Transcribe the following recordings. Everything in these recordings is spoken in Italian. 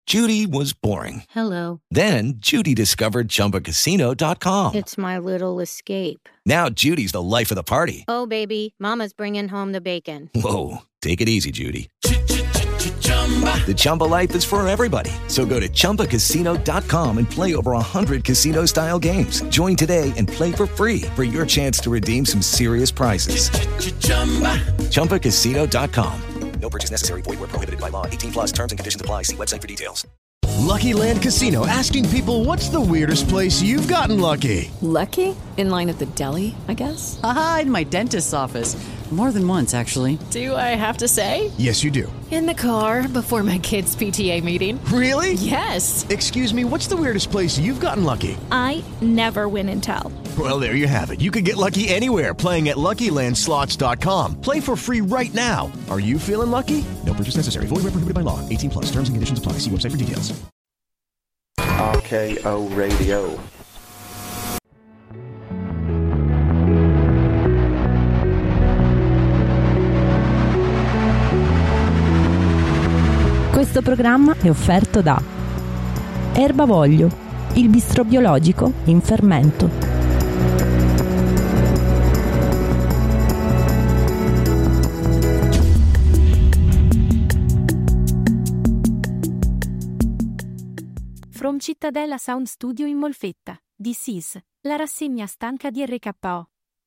Judy was boring. Hello. Then Judy discovered ChumbaCasino.com. It's my little escape. Now Judy's the life of the party. Oh, baby, mama's bringing home the bacon. Whoa, take it easy, Judy. The Chumba life is for everybody. So go to ChumbaCasino.com and play over 100 casino-style games. Join today and play for free for your chance to redeem some serious prizes. ChumbaCasino.com. No purchase necessary. Void where prohibited by law. 18 plus terms and conditions apply. See website for details. Lucky Land Casino, asking people, what's the weirdest place you've gotten lucky? Lucky? In line at the deli, I guess? Aha, in my dentist's office. More than once, actually. Do I have to say? Yes, you do. In the car before my kids' PTA meeting. Really? Yes. Excuse me, what's the weirdest place you've gotten lucky? I never win and tell. Well, there you have it. You can get lucky anywhere, playing at LuckyLandSlots.com. Play for free right now. Are you feeling lucky? No purchase necessary. Void where prohibited by law. 18 plus. Terms and conditions apply. See website for details. RKO Radio. Questo programma è offerto da Erbavoglio, il bistro biologico in fermento. From Cittadella Sound Studio in Molfetta, This is la rassegna stanca di RKO.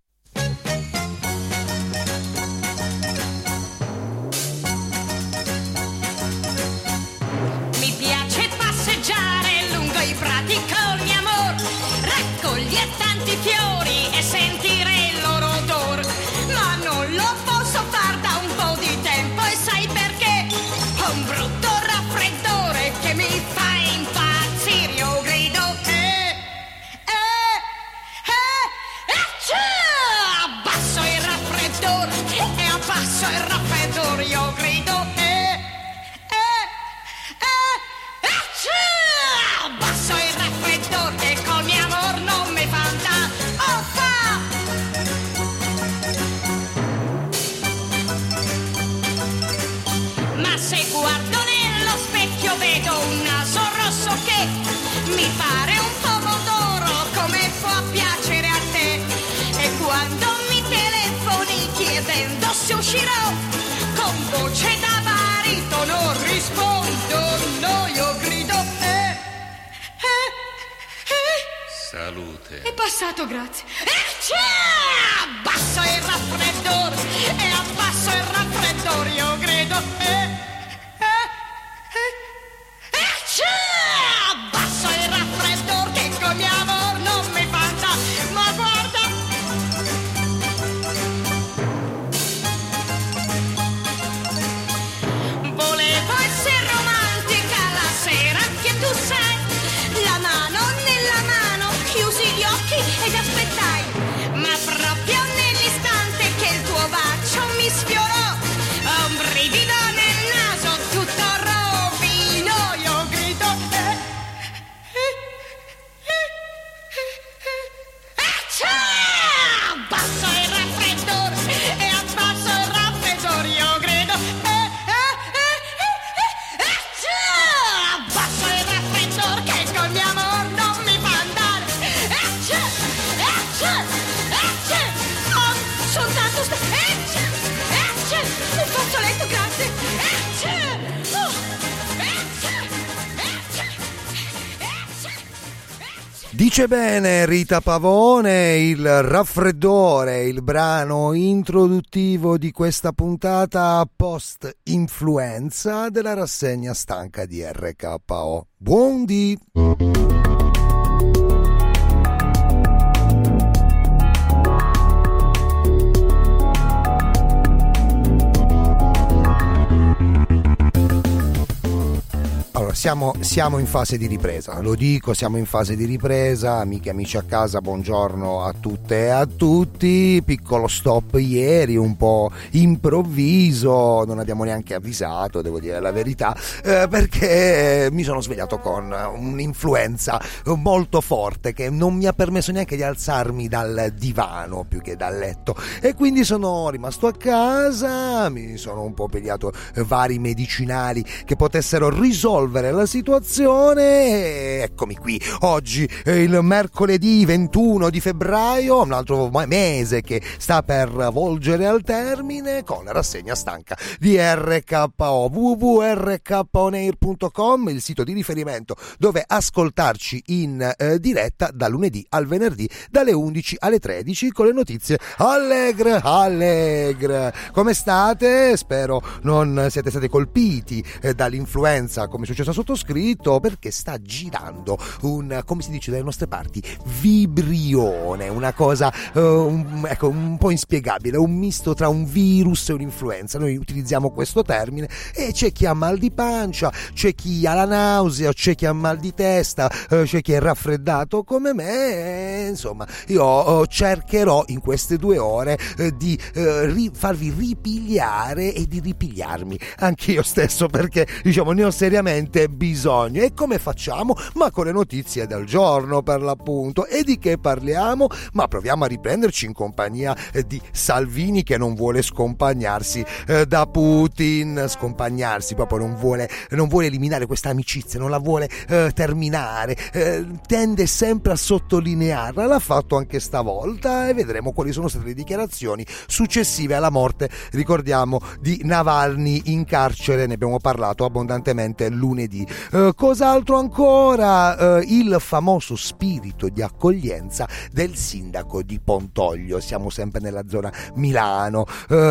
I prati con mio amor, raccoglie tanti fiori e sentire il loro odor, ma non lo posso far da un po' di tempo e sai perché? Ho un brutto raffreddore che mi fa impazzire, io grido abbasso il raffreddore e abbasso il raffreddore, io grido abbasso il raffreddore che con mio amor non mi fa andare ma se guardo nello specchio vedo un naso rosso che mi pare un pomodoro, come può piacere a te? E quando mi telefoni chiedendo se uscirò con voce da baritono rispondo no, io grido salute. È passato, grazie. Abbasso il raffreddore e abbasso il raffreddore, io grido abbasso il raffreddore che con mio amor non mi fa andare, ma guarda volevo essere romantica la sera che tu sei la mano nella mano, chiusi gli occhi ed aspettai, ma proprio nell'istante che il tuo bacio mi sfiorò, un brivido nel naso, tutto rovino, io grido abbasso il raffreddore e abbasso il raffreddore, io grido abbasso il raffreddore che con mio amor non mi fa andare soltanto un fazzoletto, grazie Dice bene Rita Pavone, il raffreddore, il brano introduttivo di questa puntata post-influenza della rassegna stanca di RKO. Buondì! Allora, siamo in fase di ripresa, lo dico, siamo in fase di ripresa, amiche e amici a casa, buongiorno a tutte e a tutti. Piccolo stop ieri, un po' improvviso, non abbiamo neanche avvisato, devo dire la verità, perché mi sono svegliato con un'influenza molto forte che non mi ha permesso neanche di alzarmi dal divano più che dal letto, e quindi sono rimasto a casa, mi sono un po' pigliato vari medicinali che potessero risolvere risolvere la situazione. E eccomi qui, oggi il mercoledì 21 di febbraio, un altro mese che sta per volgere al termine, con la rassegna stanca di RKO. www.rkonair.com, il sito di riferimento dove ascoltarci in diretta da lunedì al venerdì dalle 11 alle 13 con le notizie allegre. Come state? Spero non siete stati colpiti dall'influenza come è successo a sottoscritto, perché sta girando un, come si dice dalle nostre parti, vibrione, una cosa un po' inspiegabile, un misto tra un virus e un'influenza. Noi utilizziamo questo termine e c'è chi ha mal di pancia, c'è chi ha la nausea, c'è chi ha mal di testa, c'è chi è raffreddato come me. Insomma, io cercherò in queste 2 ore di farvi ripigliare e di ripigliarmi anche io stesso, perché diciamo ne ho seriamente bisogno. E come facciamo? Ma con le notizie del giorno, per l'appunto. E di che parliamo? Ma proviamo a riprenderci in compagnia di Salvini, che non vuole scompagnarsi da Putin, proprio non vuole eliminare questa amicizia, non la vuole terminare, tende sempre a sottolinearla. L'ha fatto anche stavolta e vedremo quali sono state le dichiarazioni successive alla morte, ricordiamo, di Navalny in carcere. Ne abbiamo parlato abbondantemente lunedì. Cos'altro ancora? Il famoso spirito di accoglienza del sindaco di Pontoglio. Siamo sempre nella zona Milano.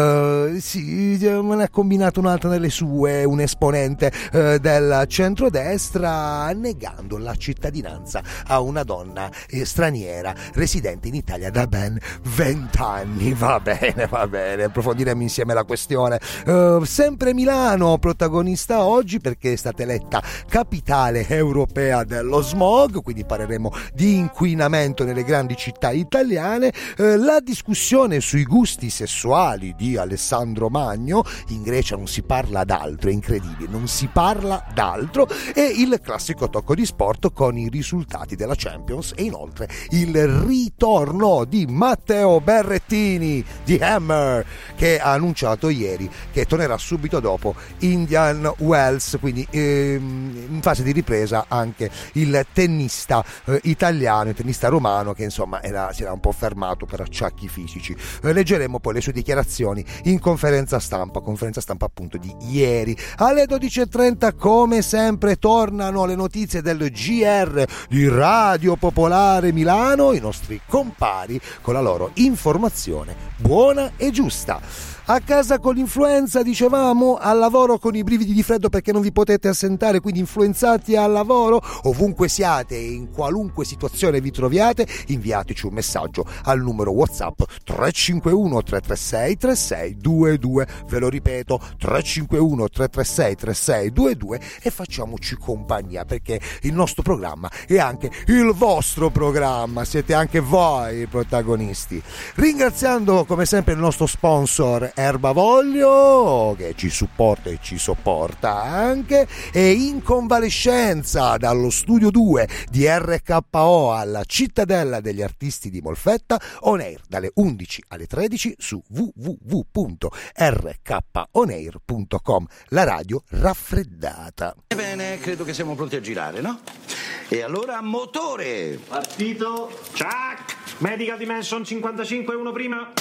Sì, me ne ha combinato un'altra delle sue, un esponente del centrodestra, negando la cittadinanza a una donna straniera residente in Italia da ben 20 anni. Va bene, approfondiremo insieme la questione. Sempre Milano protagonista oggi, perché è stata eletta capitale europea dello smog, quindi parleremo di inquinamento nelle grandi città italiane. La discussione sui gusti sessuali di Alessandro Magno, in Grecia non si parla d'altro, è incredibile, non si parla d'altro. E il classico tocco di sport con i risultati della Champions, e inoltre il ritorno di Matteo Berrettini di Hammer, che ha annunciato ieri che tornerà subito dopo Indian Wells. Quindi in fase di ripresa anche il tennista italiano, il tennista romano, che insomma si era un po' fermato per acciacchi fisici. Leggeremo poi le sue dichiarazioni in conferenza stampa appunto di ieri. Alle 12.30 come sempre tornano le notizie del GR di Radio Popolare Milano, i nostri compari con la loro informazione buona e giusta. A casa con l'influenza, dicevamo, al lavoro con i brividi di freddo perché non vi potete assentare, quindi influenzati al lavoro, ovunque siate e in qualunque situazione vi troviate, inviateci un messaggio al numero WhatsApp 351 336 3622, ve lo ripeto, 351 336 3622, e facciamoci compagnia, perché il nostro programma è anche il vostro programma, siete anche voi i protagonisti. Ringraziando come sempre il nostro sponsor Erbavoglio, che ci supporta e ci sopporta anche, e in convalescenza dallo studio 2 di RKO alla Cittadella degli Artisti di Molfetta, on air dalle 11 alle 13 su www.rkonair.com, la radio raffreddata. Bene, credo che siamo pronti a girare, no? E allora motore! Partito! Ciak! Medical Dimension 55, uno prima.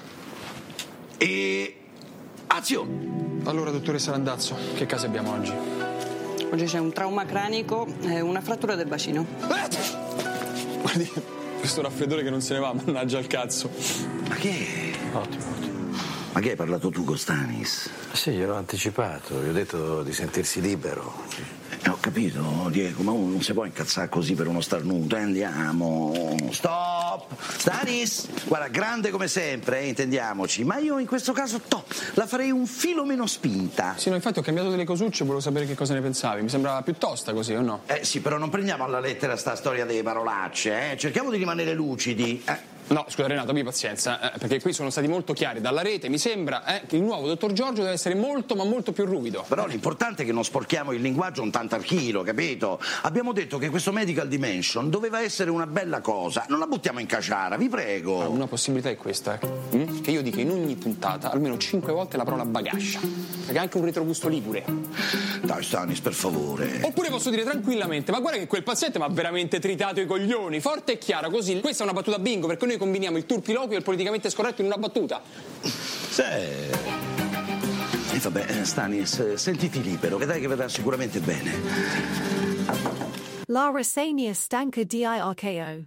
E azione! Allora, dottoressa Landazzo, che casi abbiamo oggi? Oggi c'è un trauma cranico e una frattura del bacino. Guardi, questo raffreddore che non se ne va, mannaggia al cazzo. Ma che? Ottimo. Ma che hai parlato tu con Stanis? Sì, gliel'ho anticipato, gli ho detto di sentirsi libero. Ho capito, Diego, ma uno non si può incazzare così per uno starnuto. Andiamo. Stop! Stanis! Guarda, grande come sempre, intendiamoci. Ma io in questo caso, la farei un filo meno spinta. Sì, no, infatti ho cambiato delle cosucce, volevo sapere che cosa ne pensavi. Mi sembrava più tosta così, o no? Sì, però non prendiamo alla lettera sta storia delle parolacce, eh? Cerchiamo di rimanere lucidi. No, scusa Renato, abbi pazienza, perché qui sono stati molto chiari dalla rete. Mi sembra che il nuovo dottor Giorgio deve essere molto, ma molto più ruvido. Però l'importante è che non sporchiamo il linguaggio un tanto al chilo, capito? Abbiamo detto che questo medical dimension doveva essere una bella cosa, non la buttiamo in caciara, vi prego. Una possibilità è questa, che io dica in ogni puntata almeno 5 volte la parola bagascia, perché ha anche un retrogusto ligure. Dai Stanis, per favore. Oppure posso dire tranquillamente, ma guarda che quel paziente mi ha veramente tritato i coglioni, forte e chiara, così. Questa è una battuta bingo, perché noi combiniamo il turpiloquio e il politicamente scorretto in una battuta. Sì. E vabbè, Stanis, sentiti libero, vedrai che verrà sicuramente bene. La rassegna stanca di RKO.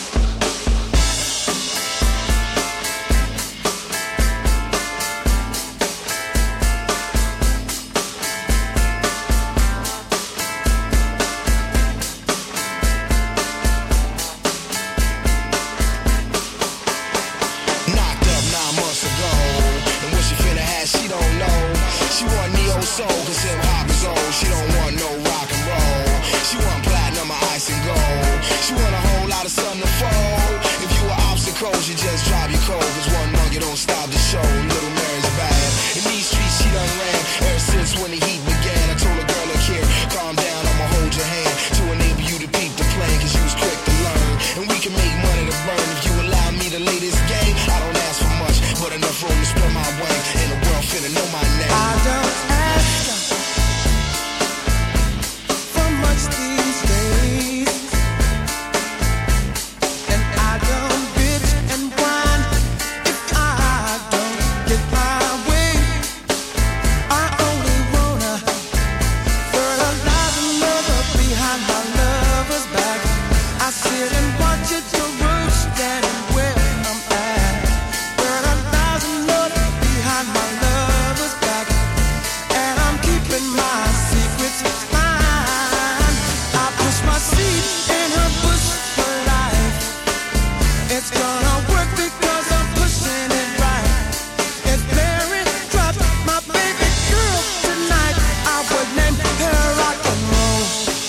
Soul, cause hip hop is old. She don't want no rock and roll. She want platinum or ice and gold. She want a whole lot of sun to fold. If you were obstacles, you just drive your cold. Cause one monkey don't stop the show. Little Mary's bad. In these streets she done ran ever since when the heat began. I told a girl, look here, calm down, I'ma hold your hand to enable you to peep the plan. Cause you was quick to learn. And we can make money to burn. If you allow me to lay this game, I don't ask for much, but enough room to spread my wing. And the world finna know my name. I don't these days, and I don't bitch and whine if I don't get my way. I only wanna fertilize another behind my lover's back. I sit and watch it to work, standing where I'm at. Fertilize another behind my lover's back, and I'm keeping my secrets. My seed in her bush for life. It's gonna work because I'm pushing it right. If Mary dropped my baby girl tonight, I would name her rock and roll.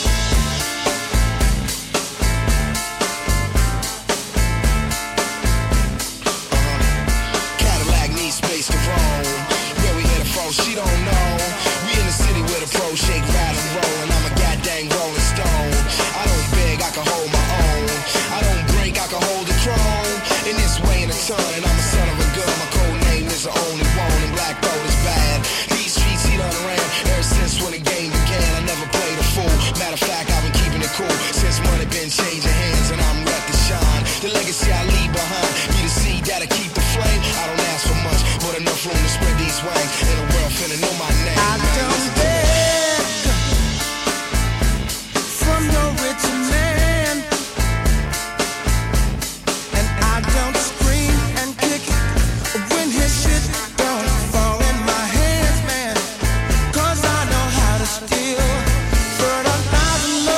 Cadillac needs space to roam. Where we headed from, she don't know. We in the city where the pros shake, ride and roll, and I'm a goddamn rolling stone. I don't beg, I can hold my own. I don't break, I can hold the throne. In this way and a ton, and I'm a son of a gun. My code name is the only one, and black gold is bad. These streets he done ran ever since when the game began. I never played a fool. Matter of fact, I've been keeping it cool since money been changing hands, and I'm ready to shine. The legacy I leave behind, be the seed that'll keep the flame. I don't ask for much, but enough room to spread these wings. And the world finna know my name. I don't beg from no rich man, and I don't scream and kick when his shit don't fall in my hands, man. Cause I know how to steal, fertilize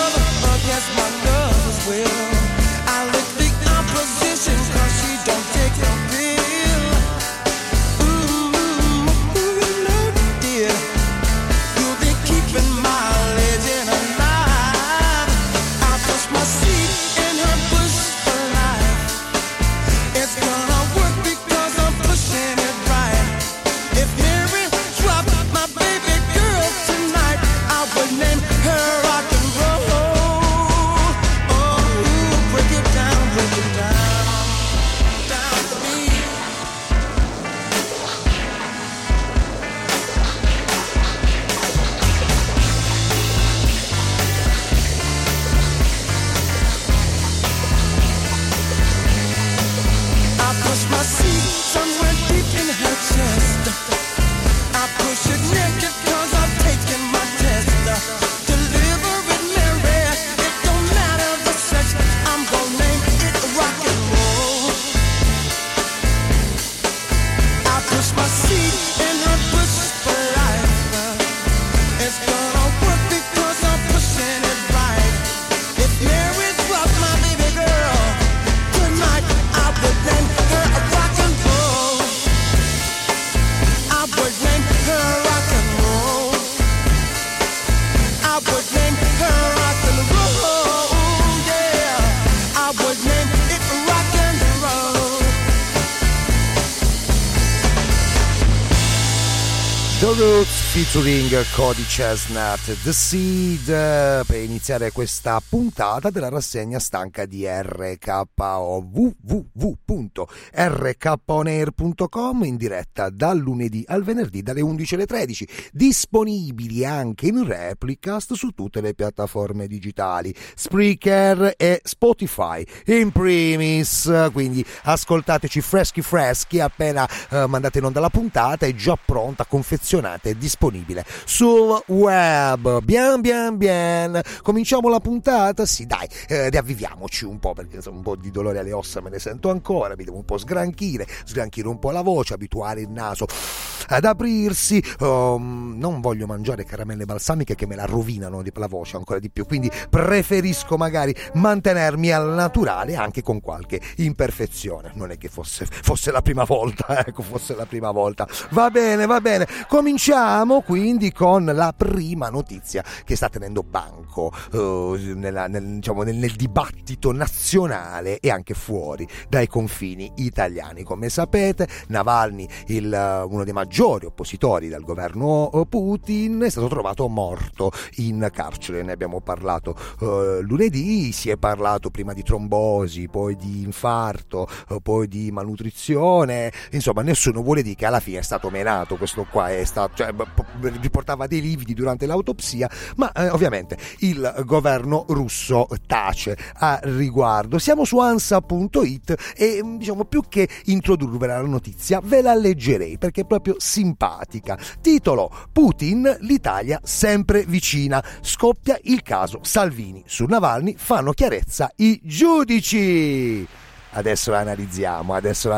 Roots featuring Cody Chestnut, The Seed, per iniziare questa puntata della rassegna stanca di RKO, www.rkonair.com, in diretta dal lunedì al venerdì dalle 11 alle 13, disponibili anche in replicast su tutte le piattaforme digitali, Spreaker e Spotify in primis, quindi ascoltateci freschi appena mandate in onda la puntata, è già pronta, confezionata e disponibile sul web. Bien. Cominciamo la puntata? Sì, dai, riavviviamoci un po', perché un po' di dolore alle ossa me ne sento ancora, mi devo un po' sgranchire un po' la voce, abituare il naso ad aprirsi. Non voglio mangiare caramelle balsamiche che me la rovinano la voce ancora di più, quindi preferisco magari mantenermi al naturale, anche con qualche imperfezione. Non è che fosse la prima volta, fosse la prima volta. Va bene. Cominciamo quindi con la prima notizia che sta tenendo banco nel dibattito nazionale e anche fuori dai confini italiani. Come sapete, Navalny, uno dei maggiori oppositori del governo Putin, è stato trovato morto in carcere. Ne abbiamo parlato lunedì, si è parlato prima di trombosi, poi di infarto, poi di malnutrizione, insomma nessuno vuole dire che alla fine è stato menato. Questo qua è stato, riportava dei lividi durante l'autopsia, ma ovviamente il governo russo tace a riguardo. Siamo su ansa.it e più che introdurvela la notizia ve la leggerei perché è proprio simpatica. Titolo: Putin, l'Italia sempre vicina, scoppia il caso Salvini. Su Navalny fanno chiarezza i giudici. Adesso la analizziamo.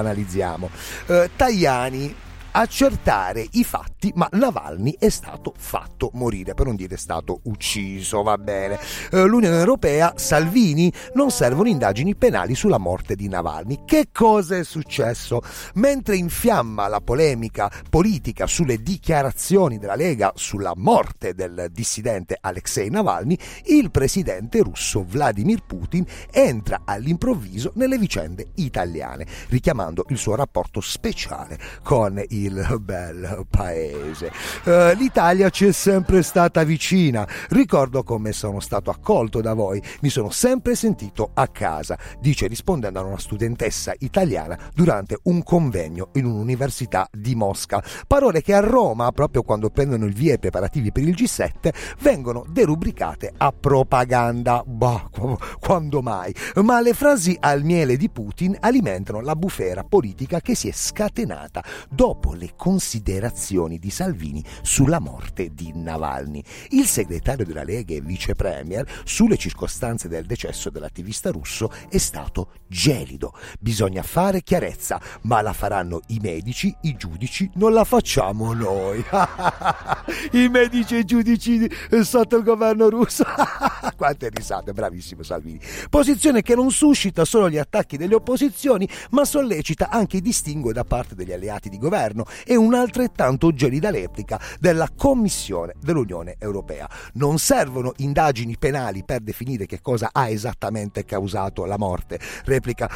Tajani: accertare i fatti, ma Navalny è stato fatto morire, per non dire è stato ucciso. Va bene. L'Unione Europea: Salvini, non servono indagini penali sulla morte di Navalny. Che cosa è successo? Mentre infiamma la polemica politica sulle dichiarazioni della Lega sulla morte del dissidente Alexei Navalny, il presidente russo Vladimir Putin entra all'improvviso nelle vicende italiane, richiamando il suo rapporto speciale con il bel paese. L'Italia ci è sempre stata vicina. Ricordo come sono stato accolto da voi. Mi sono sempre sentito a casa, dice rispondendo a una studentessa italiana durante un convegno in un'università di Mosca. Parole che a Roma, proprio quando prendono il via i preparativi per il G7, vengono derubricate a propaganda. Quando mai? Ma le frasi al miele di Putin alimentano la bufera politica che si è scatenata dopo le considerazioni di Salvini sulla morte di Navalny. Il segretario della Lega e vice premier sulle circostanze del decesso dell'attivista russo è stato gelido. Bisogna fare chiarezza, ma la faranno i medici, i giudici, non la facciamo noi. I medici e i giudici sotto il governo russo. Quante risate, bravissimo Salvini. Posizione che non suscita solo gli attacchi delle opposizioni, ma sollecita anche i distinguo da parte degli alleati di governo e un'altrettanto gelida replica della Commissione dell'Unione Europea. Non servono indagini penali per definire che cosa ha esattamente causato la morte, replica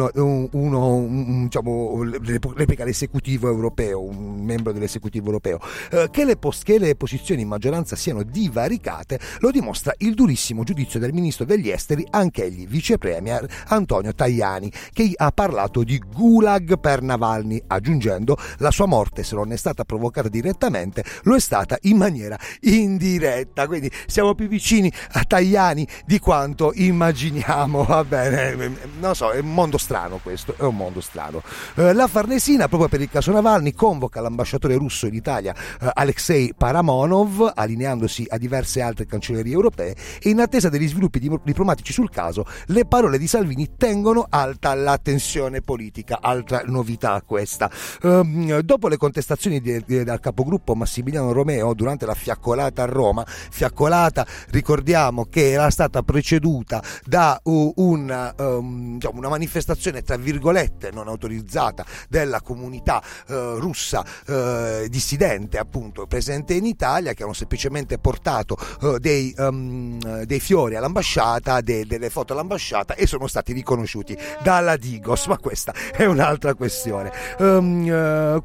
replica l'esecutivo europeo, un membro dell'esecutivo europeo. Che le posizioni in maggioranza siano divaricate lo dimostra il durissimo giudizio del ministro degli esteri, anch'egli vice premier, Antonio Tajani, che ha parlato di gulag per Navalny, aggiungendo: la sua morte, se non è stata provocata direttamente, lo è stata in maniera indiretta. Quindi siamo più vicini a Tajani di quanto immaginiamo. Va bene, non so, è un mondo strano questo, è un mondo strano. La Farnesina, proprio per il caso Navalny, convoca l'ambasciatore russo in Italia Alexei Paramonov, allineandosi a diverse altre cancellerie europee, e in attesa degli sviluppi diplomatici sul caso, le parole di Salvini tengono alta la tensione politica. Altra novità questa. Dopo le contestazioni dal capogruppo Massimiliano Romeo durante la fiaccolata a Roma, fiaccolata, ricordiamo che era stata preceduta da una manifestazione tra virgolette non autorizzata della comunità russa dissidente, appunto, presente in Italia, che hanno semplicemente portato dei fiori all'ambasciata, delle foto all'ambasciata, e sono stati riconosciuti dalla Digos, ma questa è un'altra questione.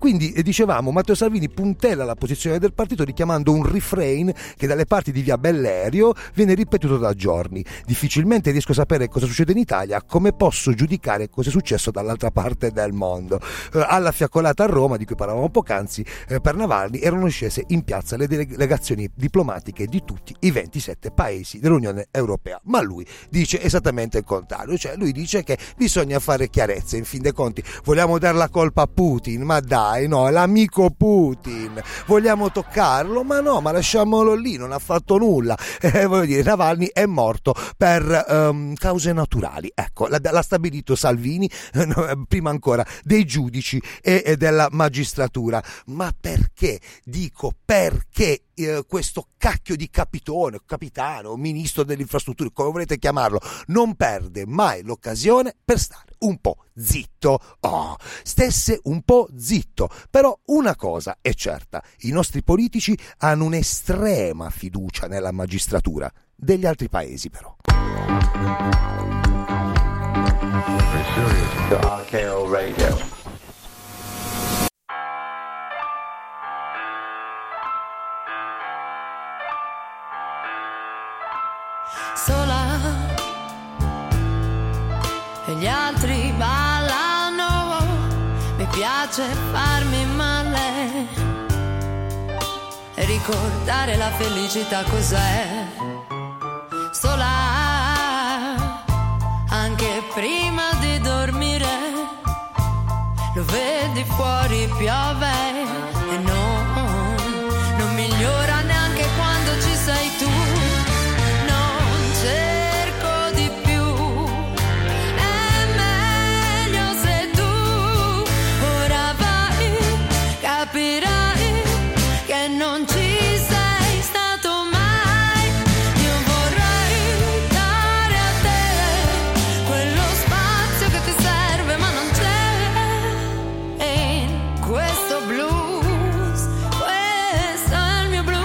quindi dicevamo, Matteo Salvini puntella la posizione del partito richiamando un refrain che dalle parti di via Bellerio viene ripetuto da giorni. Difficilmente riesco a sapere cosa succede in Italia, come posso giudicare cosa è successo dall'altra parte del mondo. Alla fiaccolata a Roma, di cui parlavamo poc'anzi, per Navalny erano scese in piazza le delegazioni diplomatiche di tutti i 27 paesi dell'Unione Europea, ma lui dice esattamente il contrario, cioè lui dice che bisogna fare chiarezza. In fin dei conti vogliamo dare la colpa a Putin, ma dai, no, l'amico Putin, vogliamo toccarlo, ma no, ma lasciamolo lì, non ha fatto nulla. Voglio dire, Navalny è morto per cause naturali, ecco, l'ha stabilito Salvini prima ancora dei giudici e della magistratura. Ma perché? Dico perché questo cacchio di capitano, ministro delle infrastrutture, come volete chiamarlo, non perde mai l'occasione per stare un po' zitto. Stesse un po' zitto. Però una cosa è certa, i nostri politici hanno un'estrema fiducia nella magistratura degli altri paesi, però. RKO Radio. Sola e gli altri ballano, mi piace farmi male e ricordare la felicità cos'è. Sola anche prima di dormire, lo vedi fuori piove e non migliora neanche quando ci sei tu. Cerco di più, è meglio se tu ora vai, capirai che non ci sei stato mai. Io vorrei dare a te quello spazio che ti serve ma non c'è, e in questo blues, questo è il mio blues.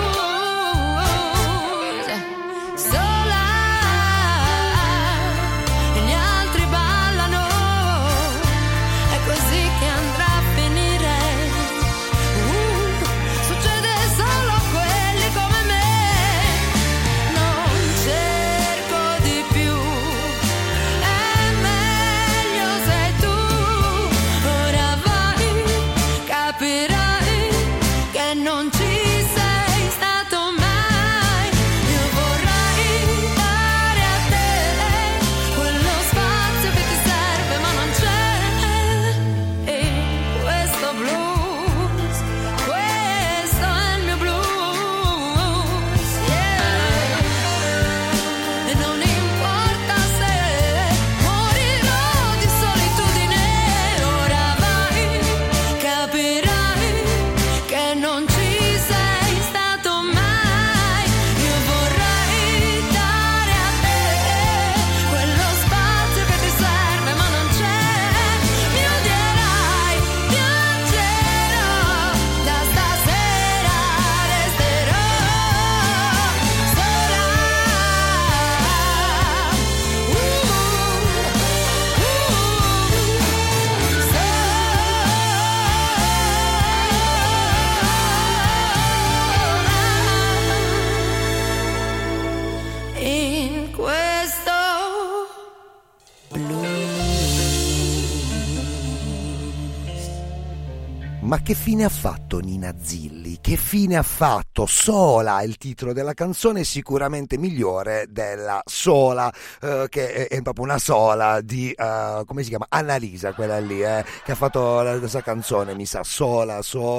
Ma che fine ha fatto Nina Zilli? Che fine ha fatto? Sola, il titolo della canzone, sicuramente migliore della Sola, che è proprio una sola di, come si chiama? Annalisa, quella lì, che ha fatto la sua canzone, mi sa, Sola,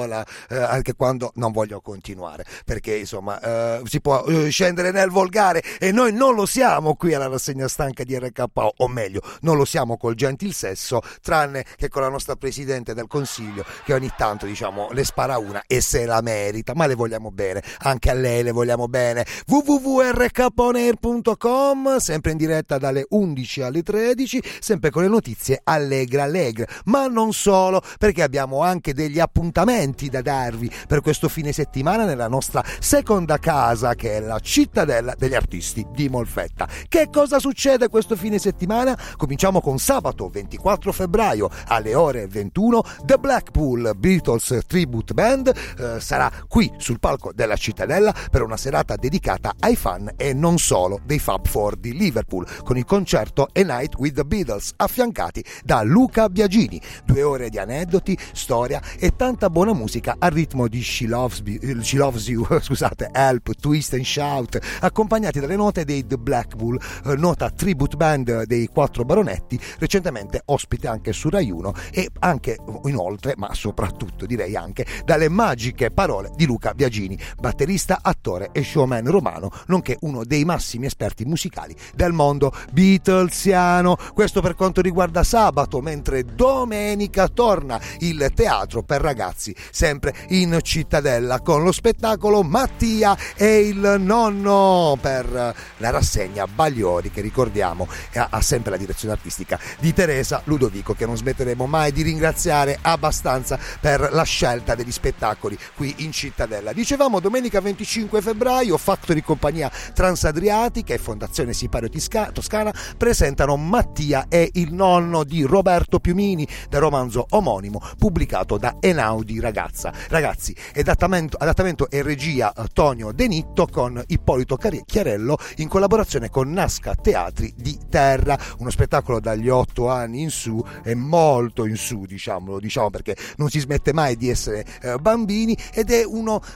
anche quando non voglio continuare, perché insomma si può scendere nel volgare e noi non lo siamo qui alla rassegna stanca di RKO, o meglio, non lo siamo col gentil sesso, tranne che con la nostra Presidente del Consiglio, che ogni tanto, diciamo, le spara una e se la merita, ma le vogliamo bene, anche a lei le vogliamo bene. www.rkonair.com, sempre in diretta dalle 11 alle 13, sempre con le notizie allegre, ma non solo, perché abbiamo anche degli appuntamenti da darvi per questo fine settimana nella nostra seconda casa, che è la Cittadella degli Artisti di Molfetta. Che cosa succede questo fine settimana? Cominciamo con sabato 24 febbraio alle ore 21, The Blackpool Beatles Tribute Band sarà qui sul palco della Cittadella per una serata dedicata ai fan e non solo dei Fab Four di Liverpool, con il concerto A Night with the Beatles affiancati da Luca Biagini. 2 ore di aneddoti, storia e tanta buona musica al ritmo di She Loves You, scusate, Help, Twist and Shout, accompagnati dalle note dei The Black Bull, nota tribute band dei 4 Baronetti, recentemente ospite anche su Rai 1, e anche inoltre, ma soprattutto direi anche, dalle magiche parole di Luca Biagini, batterista, attore e showman romano, nonché uno dei massimi esperti musicali del mondo beatlesiano. Questo per quanto riguarda sabato, mentre domenica torna il teatro per ragazzi sempre in Cittadella con lo spettacolo Mattia e il nonno, per la rassegna Bagliori, che ricordiamo ha sempre la direzione artistica di Teresa Ludovico, che non smetteremo mai di ringraziare abbastanza per la scelta degli spettacoli qui in Cittadella. Dicevamo domenica 25 febbraio Factory Compagnia Transadriatica e Fondazione Sipario Toscana presentano Mattia e il nonno di Roberto Piumini, del romanzo omonimo pubblicato da Einaudi Ragazzi, adattamento e regia Tonio Denitto con Ippolito Chiarello in collaborazione con Nasca Teatri di Terra. Uno spettacolo dagli 8 anni in su, e molto in su, diciamo perché non si smette mai di essere bambini, ed è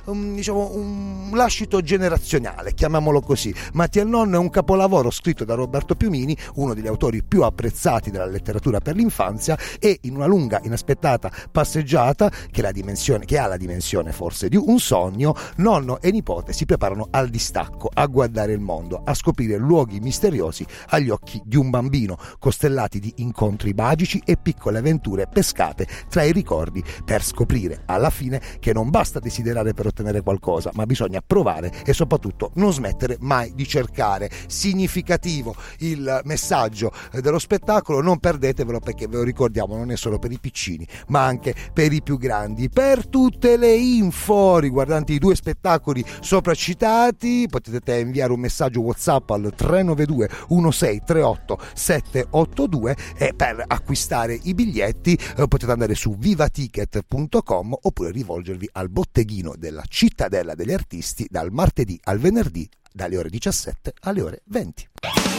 un lascito generazionale, chiamiamolo così. Mattia il nonno è un capolavoro scritto da Roberto Piumini, uno degli autori più apprezzati della letteratura per l'infanzia, e in una lunga inaspettata passeggiata che ha la dimensione forse di un sogno, nonno e nipote si preparano al distacco, a guardare il mondo, a scoprire luoghi misteriosi agli occhi di un bambino, costellati di incontri magici e piccole avventure pescate tra i ricordi, per scoprire alla fine che non basta desiderare per ottenere qualcosa, ma bisogna provare e soprattutto non smettere mai di cercare. Significativo il messaggio dello spettacolo, non perdetevelo, perché ve lo ricordiamo, non è solo per i piccini ma anche per i più grandi. Per tutte le info riguardanti i 2 spettacoli sopra citati potete inviare un messaggio WhatsApp al 392 1638 782, e per acquistare i biglietti potete andare su vivaticket.com oppure rivolgervi al botteghino della Cittadella degli Artisti dal martedì al venerdì dalle ore 17 alle ore 20.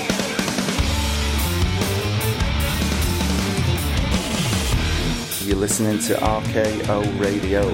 You're listening to RKO Radio.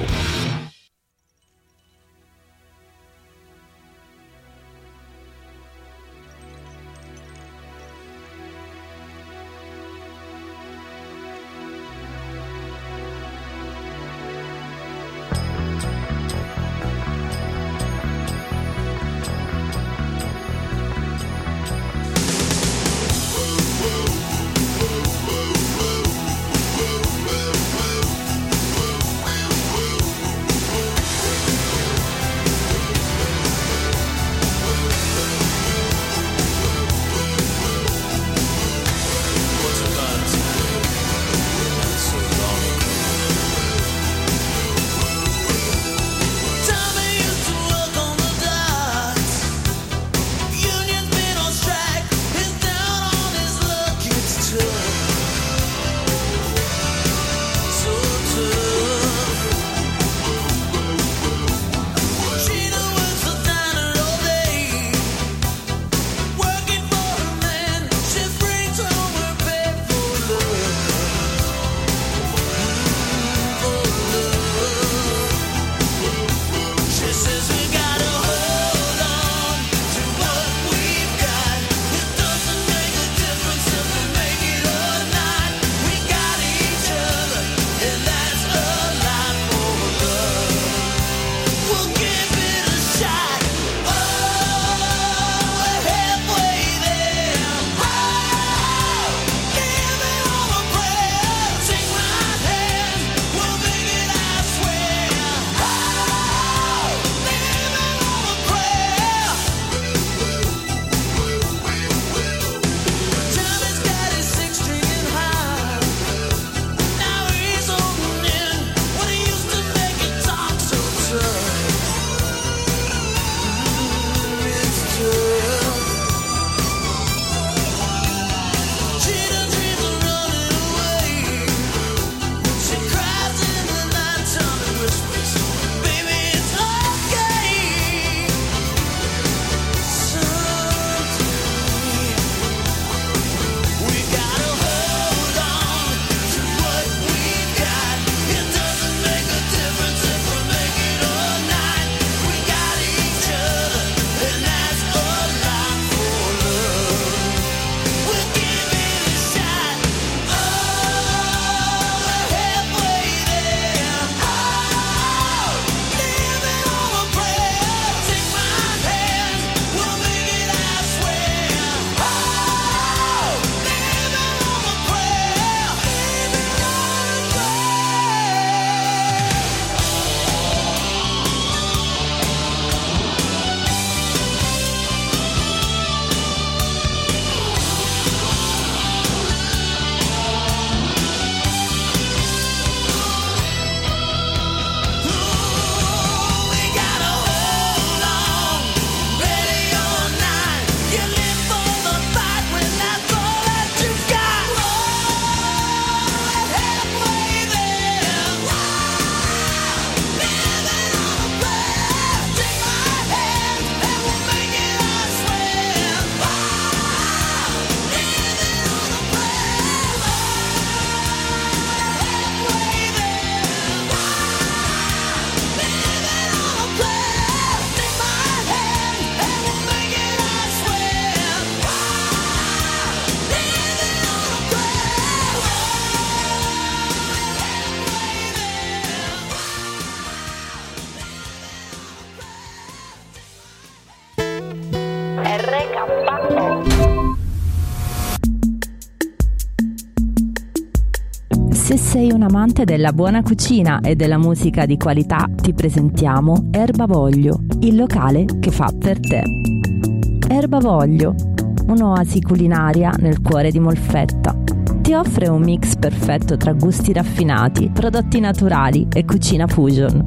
Se sei un amante della buona cucina e della musica di qualità, ti presentiamo Erbavoglio, il locale che fa per te. Erbavoglio, un'oasi culinaria nel cuore di Molfetta. Ti offre un mix perfetto tra gusti raffinati, prodotti naturali e cucina fusion.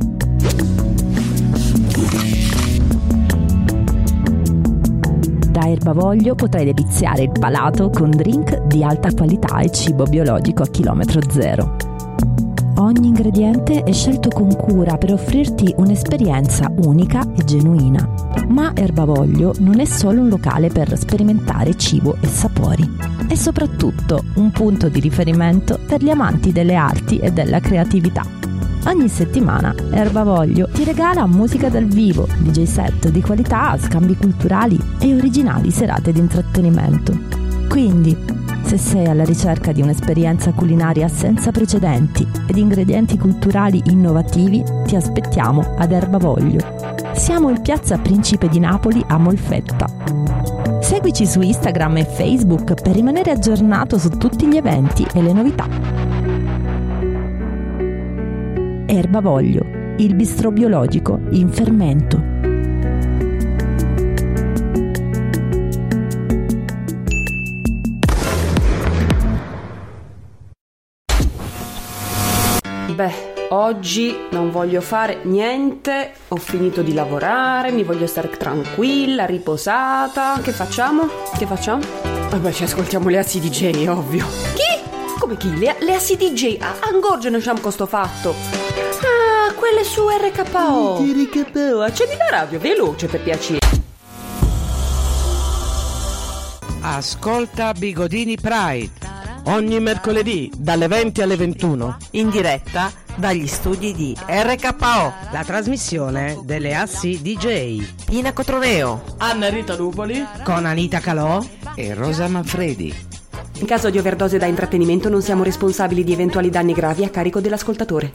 Da Erbavoglio potrai deliziare il palato con drink di alta qualità e cibo biologico a chilometro zero. Ogni ingrediente è scelto con cura per offrirti un'esperienza unica e genuina. Ma Erbavoglio non è solo un locale per sperimentare cibo e sapori. È soprattutto un punto di riferimento per gli amanti delle arti e della creatività. Ogni settimana Erbavoglio ti regala musica dal vivo, DJ set di qualità, scambi culturali e originali serate di intrattenimento. Quindi, se sei alla ricerca di un'esperienza culinaria senza precedenti ed ingredienti culturali innovativi, ti aspettiamo ad Erbavoglio. Siamo in piazza Principe di Napoli a Molfetta. Seguici su Instagram e Facebook per rimanere aggiornato su tutti gli eventi e le novità. Erbavoglio, il bistrò biologico in fermento. Beh, oggi non voglio fare niente, ho finito di lavorare, mi voglio stare tranquilla, riposata. Che facciamo? Vabbè, ci ascoltiamo le ACI DJ, ovvio. Chi? Come chi? Le ACI DJ? Angorge non c'hanno questo fatto. Ah, quelle su RKO. Accendi la radio, veloce per piacere. Ascolta Bigodini Pride ogni mercoledì dalle 20 alle 21 in diretta dagli studi di RKO, la trasmissione delle ACI DJ. Pina Cotroneo, Anna Rita Lupoli con Anita Calò e Rosa Manfredi. In caso di overdose da intrattenimento non siamo responsabili di eventuali danni gravi a carico dell'ascoltatore.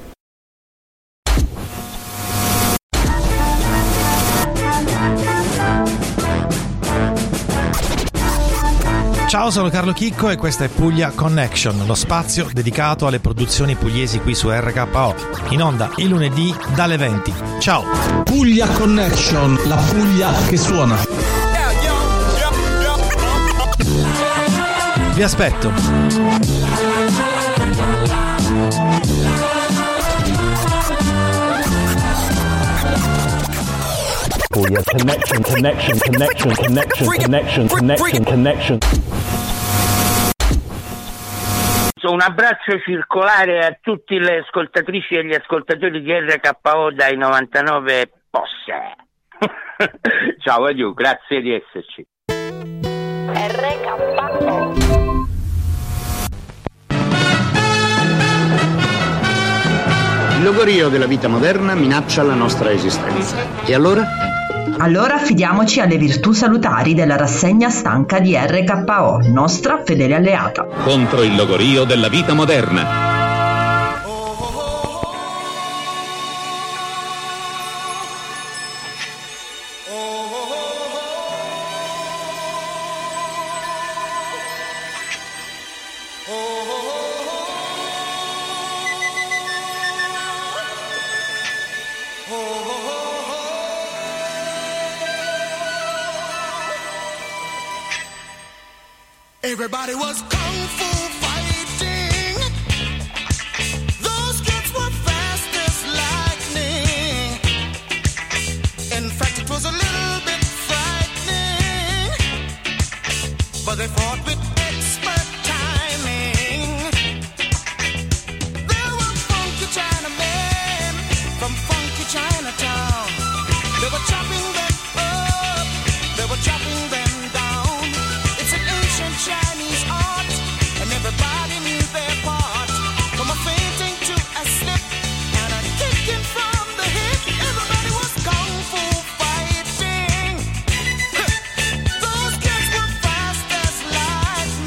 Ciao, sono Carlo Chicco e questa è Puglia Connection, lo spazio dedicato alle produzioni pugliesi qui su RKO. In onda il lunedì dalle 20. Ciao! Puglia Connection, la Puglia che suona. Vi aspetto. Puglia Connection. Un abbraccio circolare a tutte le ascoltatrici e gli ascoltatori di RKO dai 99 posse. Ciao, adieu, grazie di esserci. RKO. Il logorio della vita moderna minaccia la nostra esistenza. E allora? Allora affidiamoci alle virtù salutari della rassegna stanca di RKO, nostra fedele alleata. Contro il logorio della vita moderna. Everybody was kung fu fighting. Those kids were fast as lightning. In fact, it was a little bit frightening, but they fought with expert timing. There were funky Chinamen from funky Chinatown. They were chopping them up, they were chopping them down. It's an ancient Chinese art, and everybody knew their part. From a fainting to a slip and a kicking from the hip, everybody was kung fu fighting. Those kids were fast as lightning.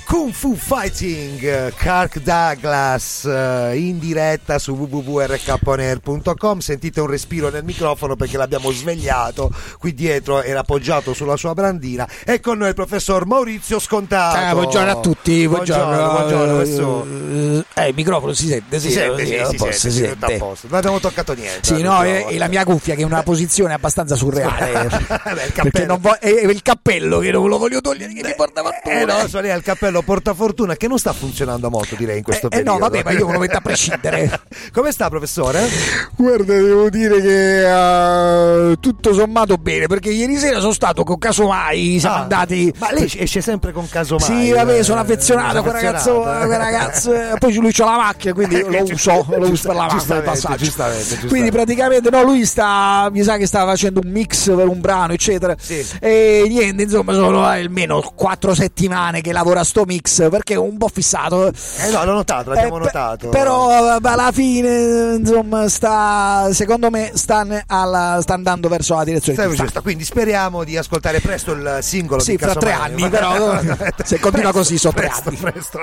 Kung Fu Fighting, Kirk Douglas, in diretta su www.rkonair.com. Sentite un respiro nel microfono perché l'abbiamo svegliato. Qui dietro era appoggiato sulla sua brandina. E con noi il professor Maurizio Scontato. Buongiorno a tutti. Buongiorno. Il microfono si sente? Si sente. Non abbiamo toccato niente. Sì, no, è la mia cuffia che è in una posizione abbastanza surreale. Perché è il cappello che non lo voglio togliere, che ti porta fortuna. No, so lì il cappello portafortuna che non sta funzionando molto, direi, in questo periodo. No, vabbè, ma io me lo metto a prescindere. Come sta, professore? Guarda, devo dire che tutto sommato bene, perché ieri sera sono stato con Casomai, siamo andati. Ma lei esce sempre con Casomai? Sì, vabbè, sono affezionato a quel ragazzo. Poi lui c'ha la macchina, quindi lo uso per la macchina del passaggio. Giustamente. Quindi praticamente no, lui mi sa che stava facendo un mix per un brano, eccetera. Sì. E niente, insomma, sono almeno 4 settimane che lavora sto mix, perché è un po' fissato. No, l'ho notato, l'abbiamo notato. Però alla fine, insomma, secondo me sta andando verso la direzione giusta. Quindi speriamo di ascoltare presto il singolo. Sì, fra 3 anni, però se continua così sono 3 anni.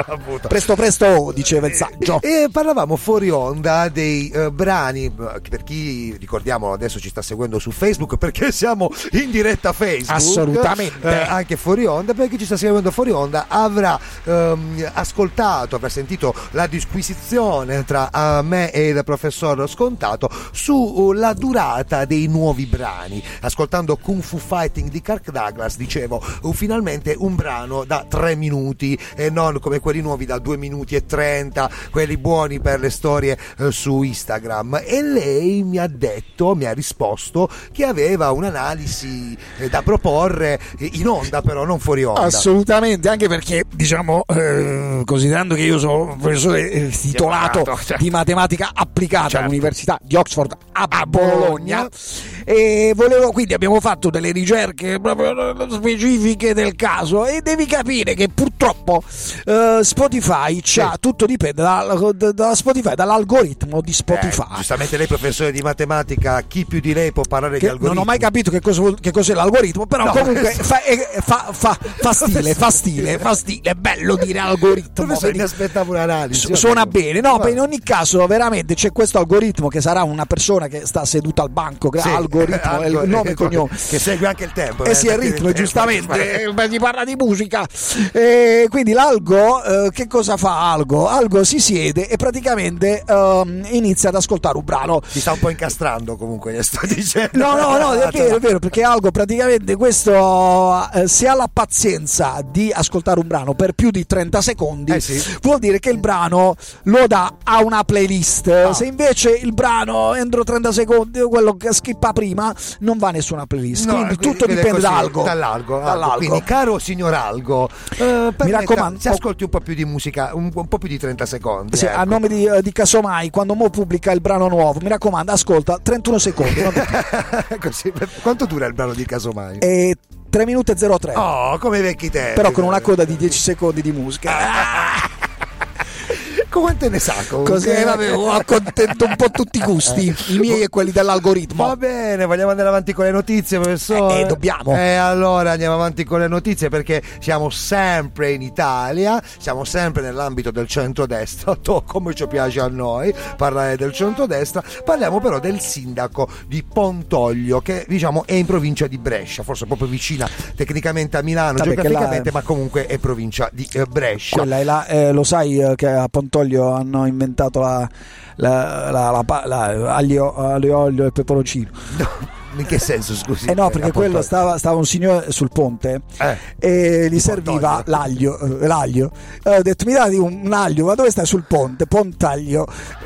Presto, diceva il saggio. E parlavamo fuori onda dei brani, per chi, ricordiamo, adesso ci sta seguendo su Facebook, perché siamo in diretta Facebook. Assolutamente. Anche fuori onda, perché ci sta seguendo fuori onda avrà ascoltato, avrà sentito la disquisizione tra me e il professor Scontato sulla durata dei nuovi brani. Ascoltando Kung Fu Fighting di Kirk Douglas, dicevo, finalmente un brano da 3 minuti e non come quelli nuovi da 2 minuti e 30, quelli buoni per le storie su Instagram. E lei mi ha risposto che aveva un'analisi da proporre in onda, però non fuori onda. Assolutamente, anche perché, diciamo, considerando che io sono professore titolato di matematica applicata all'Università di Oxford a Bologna, e quindi abbiamo fatto delle ricerche proprio specifiche del caso, e devi capire che purtroppo Spotify tutto dipende da Spotify, dall'algoritmo di Spotify. Giustamente lei, professore di matematica, chi più di lei può parlare di algoritmo? Non ho mai capito che cos'è l'algoritmo, però comunque fa stile, è bello dire algoritmo. Professore, mi aspettavo un'analisi. Suona bene, no, in ogni caso veramente c'è questo algoritmo che sarà una persona che sta seduta al banco, algoritmo, è il nome e cognome, che segue anche il tempo. Sì, il ritmo, giustamente, si parla di musica. Quindi l'algo, che cosa fa Algo? Algo si siede e praticamente inizia ad ascoltare un brano. Si sta un po' incastrando, comunque, gli sto dicendo. No, è vero, perché Algo praticamente questo, se ha la pazienza di ascoltare un brano per più di 30 secondi, vuol dire che il brano lo dà a una playlist. Se invece il brano entro 30 secondi, quello che skippa prima, non va a nessuna playlist. Quindi tutto dipende dall'algo. Quindi, caro signor Algo, mi raccomando, si ascolti un po' più di musica, un po' più di 30 secondi. A nome di Casomai, quando Mo pubblica il brano nuovo, mi raccomando, ascolta 31 secondi. Così, quanto dura il brano di Casomai? 3 minuti e 03. Oh, come i vecchi tempi. Però con una coda di 10 secondi di musica. Quante ne sa? Così accontento un po' tutti i gusti, i miei e quelli dell'algoritmo. Va bene, vogliamo andare avanti con le notizie, professore? Dobbiamo. Allora andiamo avanti con le notizie, perché siamo sempre in Italia, siamo sempre nell'ambito del centrodestra, come ci piace a noi parlare del centrodestra. Parliamo però del sindaco di Pontoglio, che diciamo è in provincia di Brescia, forse proprio vicina tecnicamente a Milano, geograficamente, ma comunque è provincia di Brescia. Quella è là, lo sai che a Pontoglio hanno inventato l'aglio, olio e peperoncino. No. In che senso, scusi? No, perché quello stava un signore sul ponte e gli serviva l'aglio. Ho detto, mi dai un aglio, ma dove stai sul ponte? Pontaglio.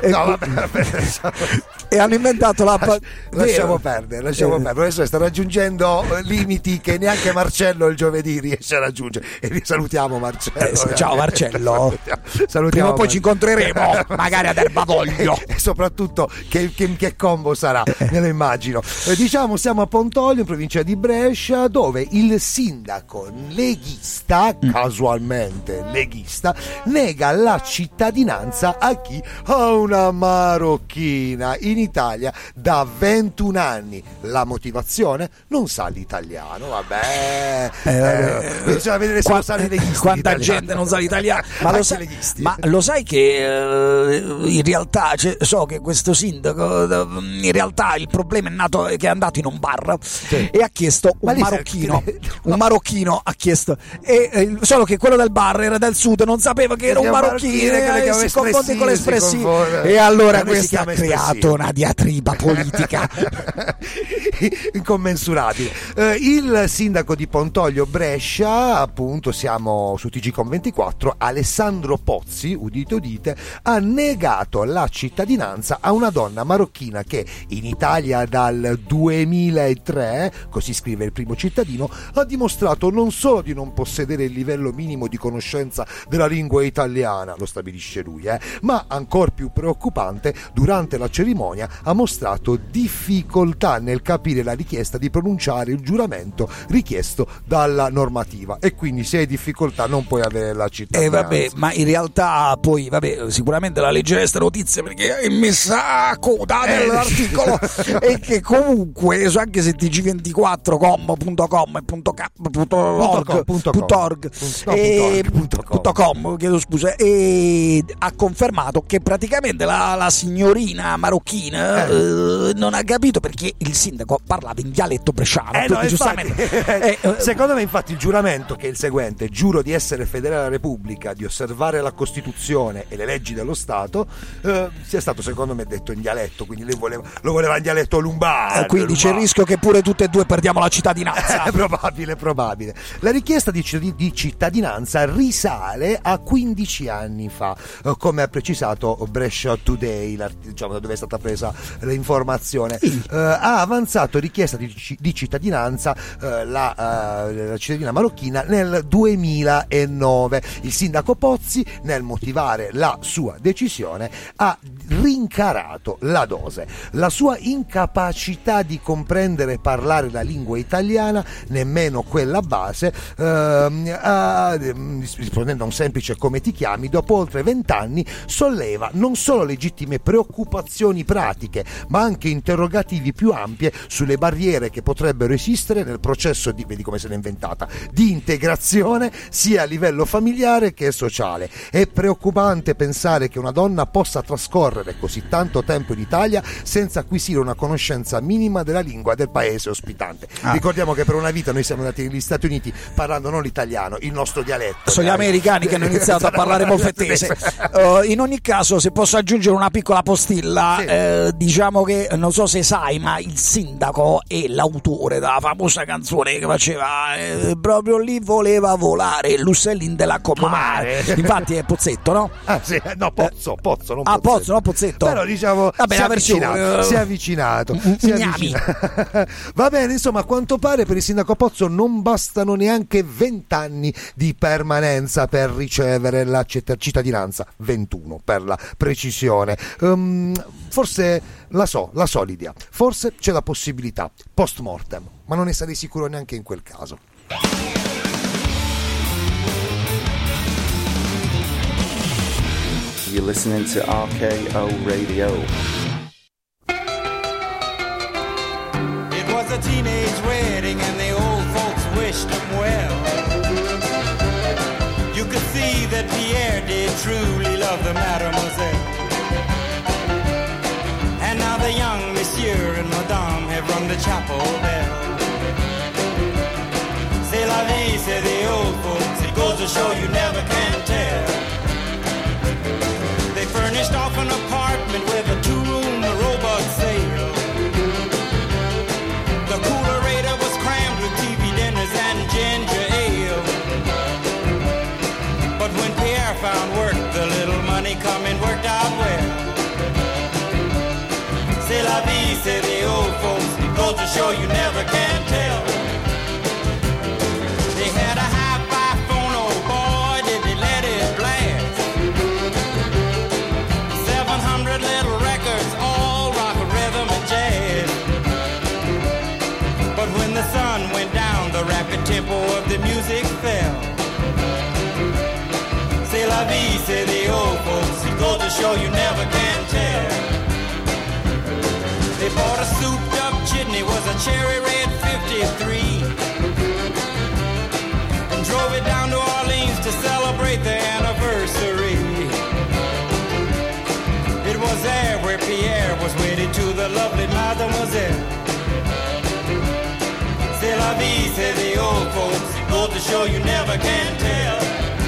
E hanno inventato lasciamo perdere. Adesso sta raggiungendo limiti che neanche Marcello il giovedì riesce a raggiungere. E risalutiamo Marcello. Ciao Marcello. Salutiamo. Prima o poi ci incontreremo, magari ad Erbavoglio. E soprattutto che combo sarà, me lo immagino. Diciamo siamo a Pontolio, in provincia di Brescia, dove il sindaco leghista, casualmente leghista, nega la cittadinanza a chi ha una marocchina in Italia da 21 anni. La motivazione? Non sa l'italiano, vabbè. Bisogna vedere se lo sa i leghisti. Quanta gente non sa l'italiano. Ma lo sai che in realtà so che questo sindaco in realtà il problema è nato che è andato in un bar e ha chiesto un marocchino ha chiesto solo che quello del bar era del sud, non sapeva che era un marocchino e si confonde con l'espressivo e allora questo ha creato una diatriba politica incommensurabile. Il sindaco di Pontolio Brescia, appunto, siamo su TGCom24, Alessandro Pozzi, udite, ha negato la cittadinanza a una donna marocchina che in Italia dal 2003, così scrive il Primo Cittadino, ha dimostrato non solo di non possedere il livello minimo di conoscenza della lingua italiana, lo stabilisce lui, ma ancor più preoccupante, durante la cerimonia ha mostrato difficoltà nel capire la richiesta di pronunciare il giuramento richiesto dalla normativa, e quindi se hai difficoltà non puoi avere la cittadinanza. Ma in realtà poi sicuramente la leggerei queste notizie perché è messa a coda nell'articolo e che comunque anche se tg24com.com e .org chiedo scusa, e ha confermato che praticamente la signorina marocchina non ha capito perché il sindaco parlava in dialetto bresciano, giustamente secondo me infatti il giuramento, che è il seguente: giuro di essere fedele alla Repubblica, di osservare la Costituzione e le leggi dello Stato, sia stato secondo me detto in dialetto, quindi lei lo voleva in dialetto lombardo, quindi c'è il rischio che pure tutte e due perdiamo la cittadinanza. Probabile. La richiesta di cittadinanza risale a 15 anni fa, come ha precisato Brescia Today, da dove è stata presa l'informazione. Ha avanzato richiesta di cittadinanza la cittadina marocchina nel 2009. Il sindaco Pozzi, nel motivare la sua decisione, ha rincarato la dose, la sua incapacità di comprendere e parlare la lingua italiana, nemmeno quella base, rispondendo a un semplice come ti chiami, dopo oltre 20 anni solleva non solo legittime preoccupazioni pratiche, ma anche interrogativi più ampie sulle barriere che potrebbero esistere nel processo vedi come se l'è inventata, di integrazione sia a livello familiare che sociale. È preoccupante pensare che una donna possa trascorrere così tanto tempo in Italia senza acquisire una conoscenza minima della lingua del paese ospitante. Ricordiamo che per una vita noi siamo andati negli Stati Uniti parlando non l'italiano, il nostro dialetto. Sono gli americani che hanno iniziato a parlare molfettese. In ogni caso, se posso aggiungere una piccola postilla, diciamo che non so se sai, ma il sindaco è l'autore della famosa canzone che faceva proprio lì voleva volare l'uccellin della comare. Infatti è Pozzetto, no? Pozzo, non Pozzetto. Pozzo, no Pozzetto. Però diciamo si è avvicinato. Va bene, insomma, a quanto pare per il sindaco Pozzo non bastano neanche 20 anni di permanenza per ricevere la cittadinanza, 21 per la precisione. Forse la so Lidia, forse c'è la possibilità post mortem, ma non ne sarei sicuro neanche in quel caso. You're listening to RKO Radio. It was a teenage wedding and the old folks wished them well. You could see that Pierre did truly love the mademoiselle. And now the young monsieur and madame have rung the chapel bell. C'est la vie, say the old folks, it goes to show you never can tell. They furnished off an apartment with a two-room robot sale. The coolerator was crammed with TV dinners and ginger ale. But when Pierre found work, the little money coming worked out well. C'est la vie, say the old folks, it goes to show you never can tell. They had a hi-fi phone, oh boy, did they let it blast. 700 little records, all rock, rhythm, and jazz. say the old folks, it goes to show you never can tell. They bought a souped up jitney, was a cherry red 53, and drove it down to Orleans to celebrate their anniversary. It was there where Pierre was wedded to the lovely mademoiselle. C'est la vie, say the old folks, it goes to show you never can tell.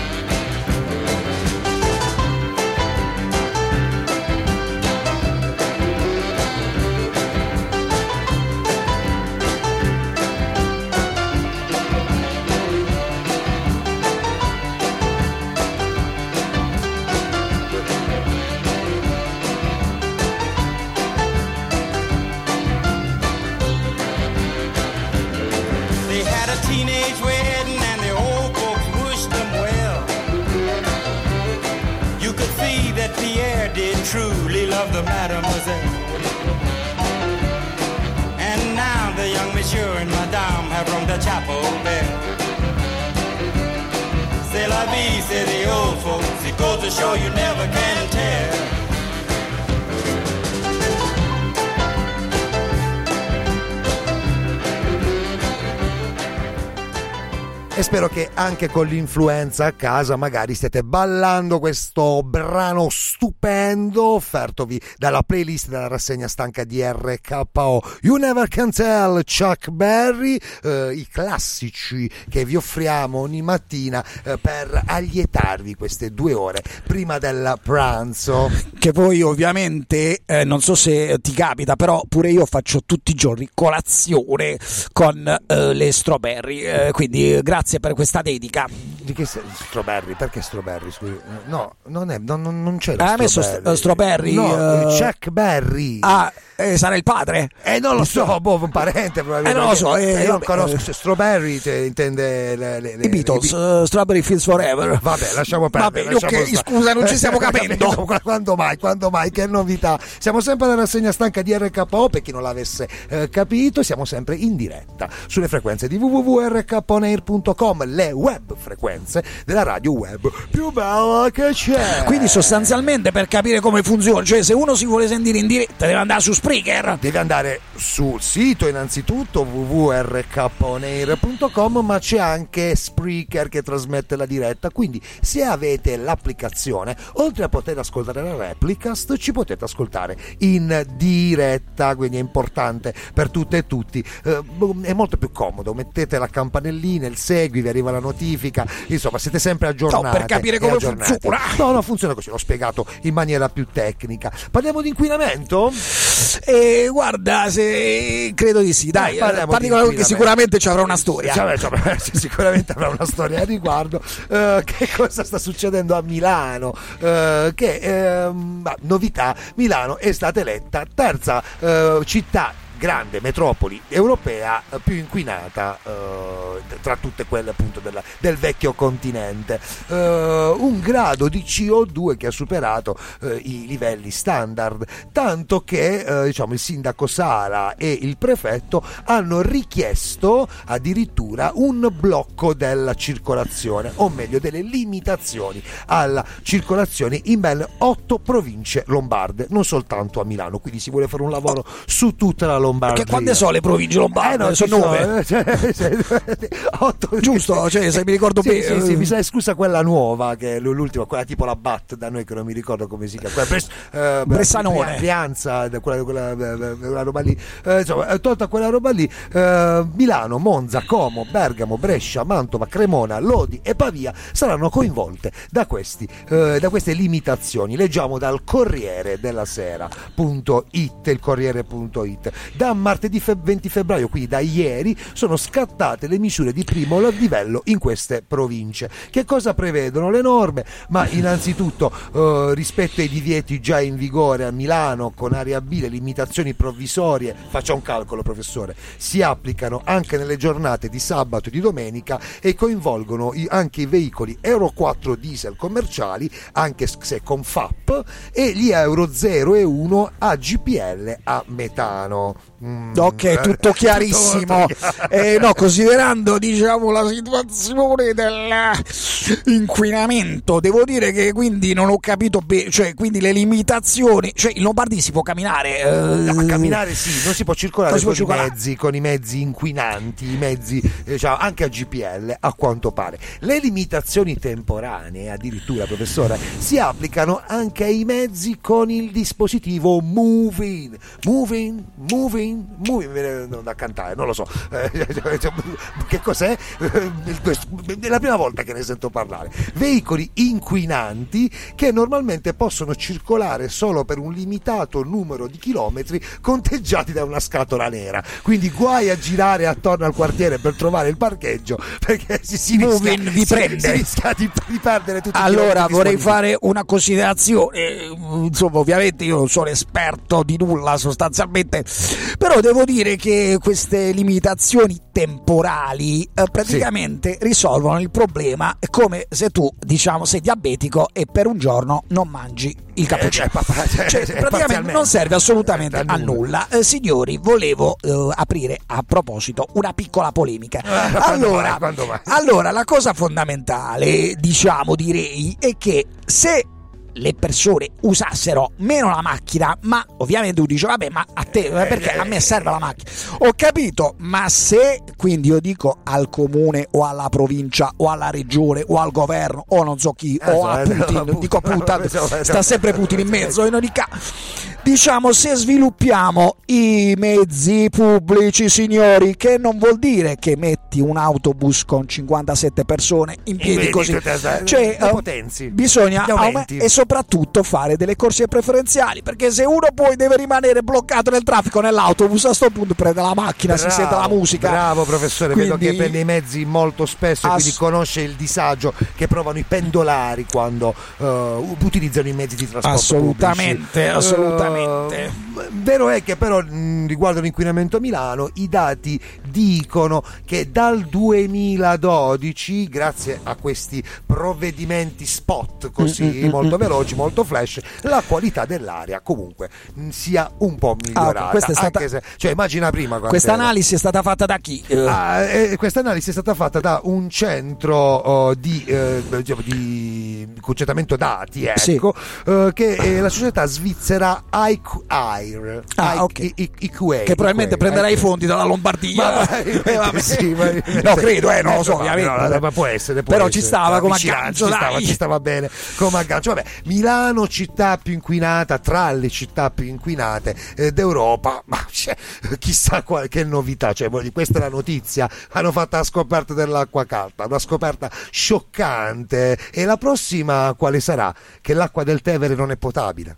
Teenage wedding and the old folks wished them well. You could see that Pierre did truly love the mademoiselle. And now the young monsieur and madame have rung the chapel bell. C'est la vie, say the old folks, it goes to show you never can tell. E spero che anche con l'influenza a casa magari stiate ballando questo brano stupendo offertovi dalla playlist della rassegna stanca di RKO. You Never Can Tell, Chuck Berry, i classici che vi offriamo ogni mattina per allietarvi queste 2 ore prima del pranzo. Che voi ovviamente, non so se ti capita, però pure io faccio tutti i giorni colazione con le strawberry, quindi grazie per questa dedica. Di che strawberry? Perché strawberry? Scusi. No, non c'è la messo strawberry? No, Chuck Berry. Ah, sarà il padre? Non lo so, un parente probabilmente. Non lo so. Non conosco. Strawberry intende i Beatles, Strawberry Fields Forever. Vabbè, lasciamo perdere. Ok, scusa, non ci stiamo capendo. Quando mai? Che novità. Siamo sempre alla rassegna stanca di RKO, per chi non l'avesse capito, siamo sempre in diretta sulle frequenze di www.rkonair.com, le web frequenze della radio web più bella che c'è. Quindi sostanzialmente, per capire come funziona, cioè se uno si vuole sentire in diretta deve andare su Spreaker, deve andare sul sito innanzitutto www.rkonair.com, ma c'è anche Spreaker che trasmette la diretta, quindi se avete l'applicazione, oltre a poter ascoltare la replicast, ci potete ascoltare in diretta, quindi è importante per tutte e tutti, è molto più comodo, mettete la campanellina, il segui, vi arriva la notifica, insomma siete sempre aggiornati. No, per capire come funziona. No, funziona così, l'ho spiegato in maniera più tecnica. Parliamo di inquinamento? Guarda, credo di sì, dai, parli con che sicuramente ci avrà una storia. Sicuramente avrà una storia a riguardo. Che cosa sta succedendo a Milano? Novità, Milano è stata eletta terza città, grande metropoli europea più inquinata tra tutte quelle appunto del vecchio continente, un grado di CO2 che ha superato i livelli standard, tanto che il sindaco Sala e il prefetto hanno richiesto addirittura un blocco della circolazione, o meglio delle limitazioni alla circolazione in ben 8 province lombarde, non soltanto a Milano, quindi si vuole fare un lavoro su tutta la Lombardia. Perché quante sono le province lombarde? Sono 9. 8, giusto? Cioè, se mi ricordo bene. Sì, mi sa esclusa quella nuova, che è l'ultima, quella tipo la BAT da noi, che non mi ricordo come si chiama. Bressanone. Brianza, quella roba lì. Insomma, tolta quella roba lì, Milano, Monza, Como, Bergamo, Brescia, Mantova, Cremona, Lodi e Pavia saranno coinvolte da queste limitazioni. Leggiamo dal Corriere della Sera.it, il Corriere.it. Da martedì 20 febbraio, quindi da ieri, sono scattate le misure di primo livello in queste province. Che cosa prevedono le norme? Ma innanzitutto rispetto ai divieti già in vigore a Milano con area B, le limitazioni provvisorie, faccia un calcolo professore, si applicano anche nelle giornate di sabato e di domenica e coinvolgono anche i veicoli Euro 4 diesel commerciali, anche se con FAP, e gli Euro 0 e 1 a GPL a metano. Ok, tutto chiarissimo. No, considerando diciamo la situazione dell'inquinamento, devo dire che quindi non ho capito bene, cioè quindi le limitazioni, cioè in Lombardia si può camminare? A camminare sì, non si può circolare con i mezzi inquinanti, i mezzi anche a GPL a quanto pare. Le limitazioni temporanee addirittura, professore, si applicano anche ai mezzi con il dispositivo moving, non da cantare, non lo so. Che cos'è? È la prima volta che ne sento parlare. Veicoli inquinanti che normalmente possono circolare solo per un limitato numero di chilometri conteggiati da una scatola nera. Quindi guai a girare attorno al quartiere per trovare il parcheggio, perché si rischia di perdere tutti i chilometri. Allora vorrei fare una considerazione, insomma ovviamente io non sono esperto di nulla sostanzialmente, però devo dire che queste limitazioni temporali praticamente risolvono il problema, come se tu diciamo sei diabetico e per un giorno non mangi il cappuccino, cioè praticamente non serve assolutamente a nulla. Signori, volevo aprire a proposito una piccola polemica. Allora la cosa fondamentale, direi, è che se le persone usassero meno la macchina, ma ovviamente tu dici vabbè, ma a te perché a me serve la macchina, ho capito, ma se quindi io dico al comune o alla provincia o alla regione o al governo o non so chi o a Putin, dico Putin, sta sempre Putin in mezzo, in ogni caso diciamo, se sviluppiamo i mezzi pubblici, signori, che non vuol dire che metti un autobus con 57 persone in piedi così, cioè bisogna e soprattutto fare delle corsie preferenziali, perché se uno poi deve rimanere bloccato nel traffico nell'autobus, a sto punto prende la macchina, si sente la musica. Bravo professore, quindi, vedo che prende i mezzi molto spesso e quindi conosce il disagio che provano i pendolari quando utilizzano i mezzi di trasporto pubblici. Assolutamente. Vero è che però riguardo l'inquinamento a Milano i dati dicono che dal 2012, grazie a questi provvedimenti spot così molto veloci, molto flash, la qualità dell'aria comunque sia un po' migliorata. Questa è stata... immagina prima questa analisi è stata fatta da chi? Questa analisi è stata fatta da un centro di concentramento dati, ecco, che è la società svizzera IQAir, che probabilmente prenderà i fondi dalla Lombardia. No, credo, non lo so, ovviamente. Ma può essere. Però ci stava come aggancio, ci stava bene come aggancio. Vabbè, Milano, città più inquinata, tra le città più inquinate d'Europa, ma chissà che novità, questa è la notizia, hanno fatto la scoperta dell'acqua calda, una scoperta scioccante, e la prossima quale sarà? Che l'acqua del Tevere non è potabile.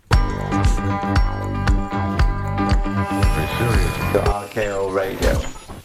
RKO Radio.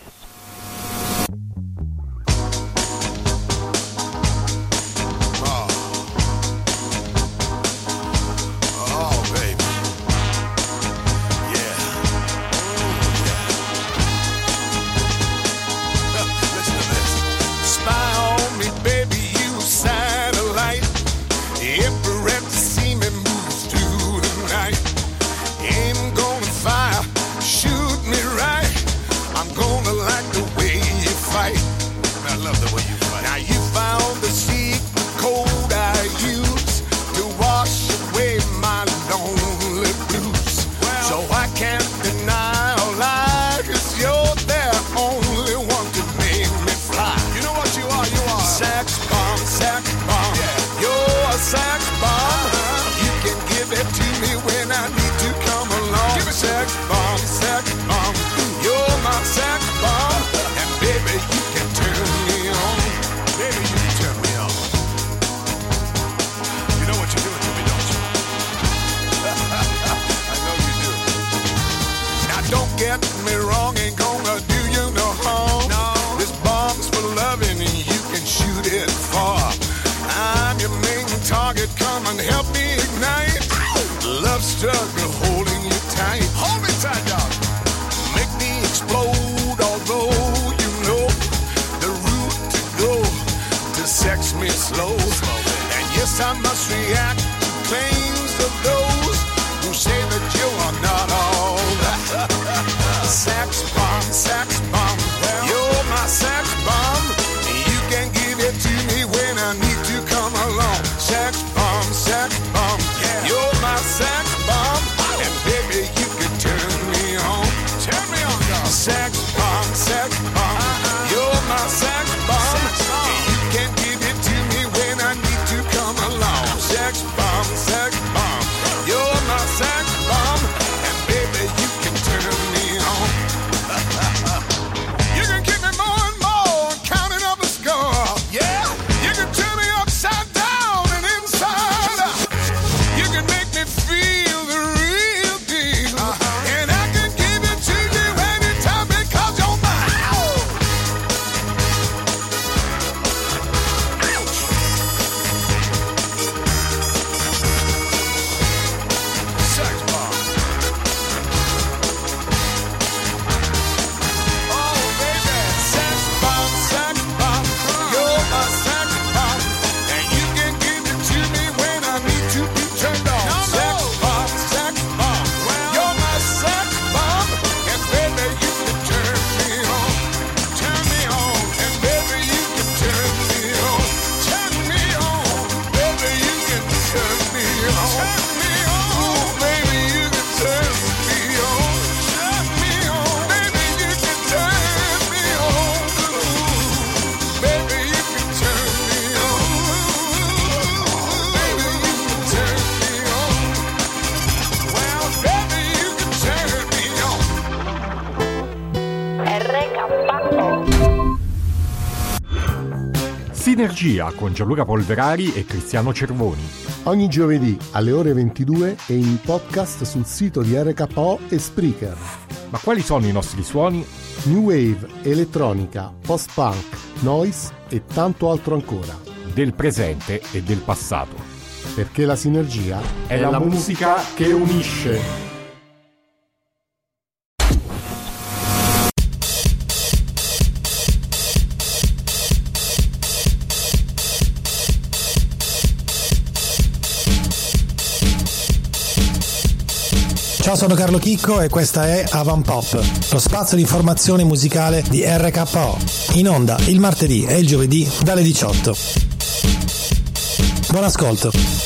Struggle holding you tight. Hold me tight, dog. Make me explode, although you know the route to go to sex me slow. And yes, I must react to claims of those who say that you are not all that. Sinergia con Gianluca Polverari e Cristiano Cervoni. Ogni giovedì alle ore 22 e in podcast sul sito di RKO e Spreaker. Ma quali sono i nostri suoni? New Wave, elettronica, post-punk, noise e tanto altro ancora. Del presente e del passato. Perché la sinergia è la musica che unisce. Ciao, sono Carlo Chicco e questa è Avant Pop, lo spazio di informazione musicale di RKO, in onda il martedì e il giovedì dalle 18. Buon ascolto.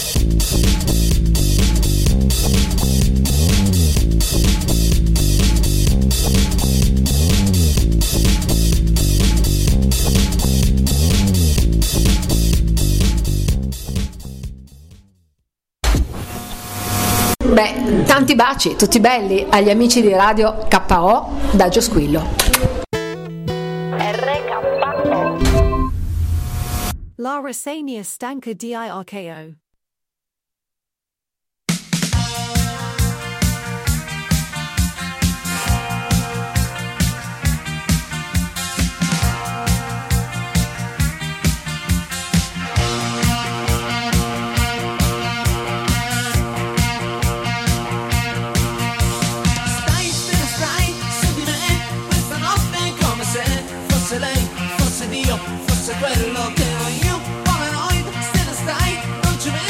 Beh, tanti baci, tutti belli, agli amici di Radio KO da Gio Squillo. RKO. La rassegna stanca di RKO. Quello che ero io, poi noi, se ne stai, non ci vedo.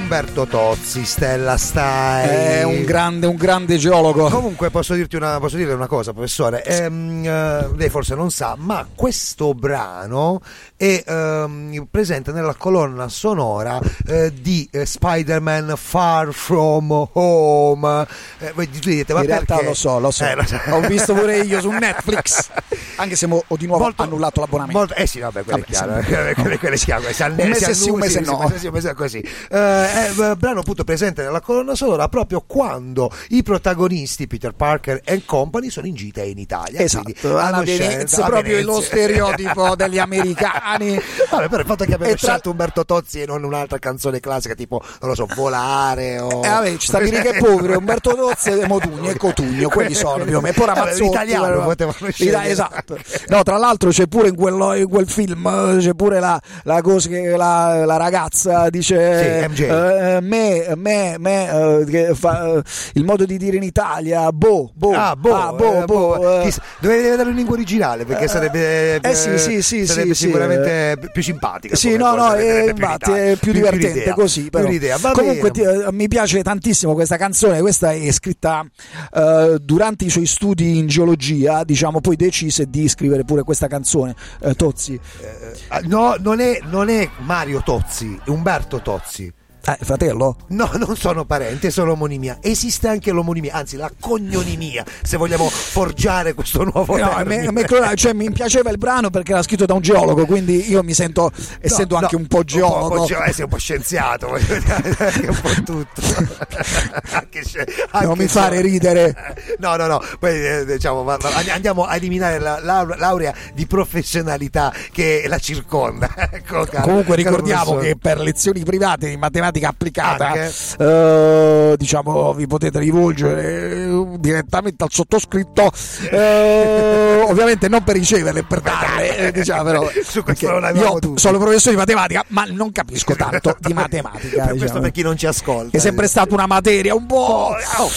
Umberto Tozzi, Stella stai. È un grande geologo. Comunque posso dirle una cosa, professore. Lei forse non sa, ma questo brano è presente nella colonna sonora di Spider-Man Far From Home. Voi dite, ma in realtà perché? lo so. Ho visto pure io su Netflix, anche se ho di nuovo annullato l'abbonamento. Sì, vabbè, quello è chiaro. Quello è chiaro. Un mese sì, un mese no. Così. Brano appunto presente nella colonna sonora proprio quando i protagonisti Peter Parker e company sono in gita in Italia. Esatto, a Venezia, proprio lo stereotipo degli americani. Vabbè, però il fatto che abbiamo scelto Umberto Tozzi e non un'altra canzone classica tipo, non lo so, Volare o... vabbè, ci sta Ricche e Poveri, Umberto Tozzi e Motugno e Cotugno, quelli sono più o meno. Poi Ramazzotti, l'italiano potevano scegliere. Esatto. No, tra l'altro c'è pure in quel film, c'è pure la ragazza dice che fa il modo di dire in Italia dovete vedere in lingua originale perché sarebbe sicuramente più simpatica. Sì, infatti è più divertente così. Però. Comunque mi piace tantissimo questa canzone. Questa è scritta durante i suoi studi in geologia, diciamo, poi decise di scrivere pure questa canzone. Tozzi. No, non è Mario Tozzi, è Umberto Tozzi. Fratello? No, non sono parente, sono omonimia. Esiste anche l'omonimia, anzi la cognonimia, se vogliamo forgiare questo nuovo termine. Mi piaceva il brano perché era scritto da un geologo, quindi io mi sento, essendo anche un po' geologo, sei un po' scienziato, un po' tutto. Non mi fare ridere. No, poi andiamo a eliminare la laurea di professionalità che la circonda. Comunque ricordiamo che per lezioni private di matematica applicata diciamo vi potete rivolgere direttamente al sottoscritto, ovviamente non per riceverle, per darle, diciamo, però io sono professore di matematica ma non capisco tanto di matematica, per questo per chi non ci ascolta è sempre stata una materia un po'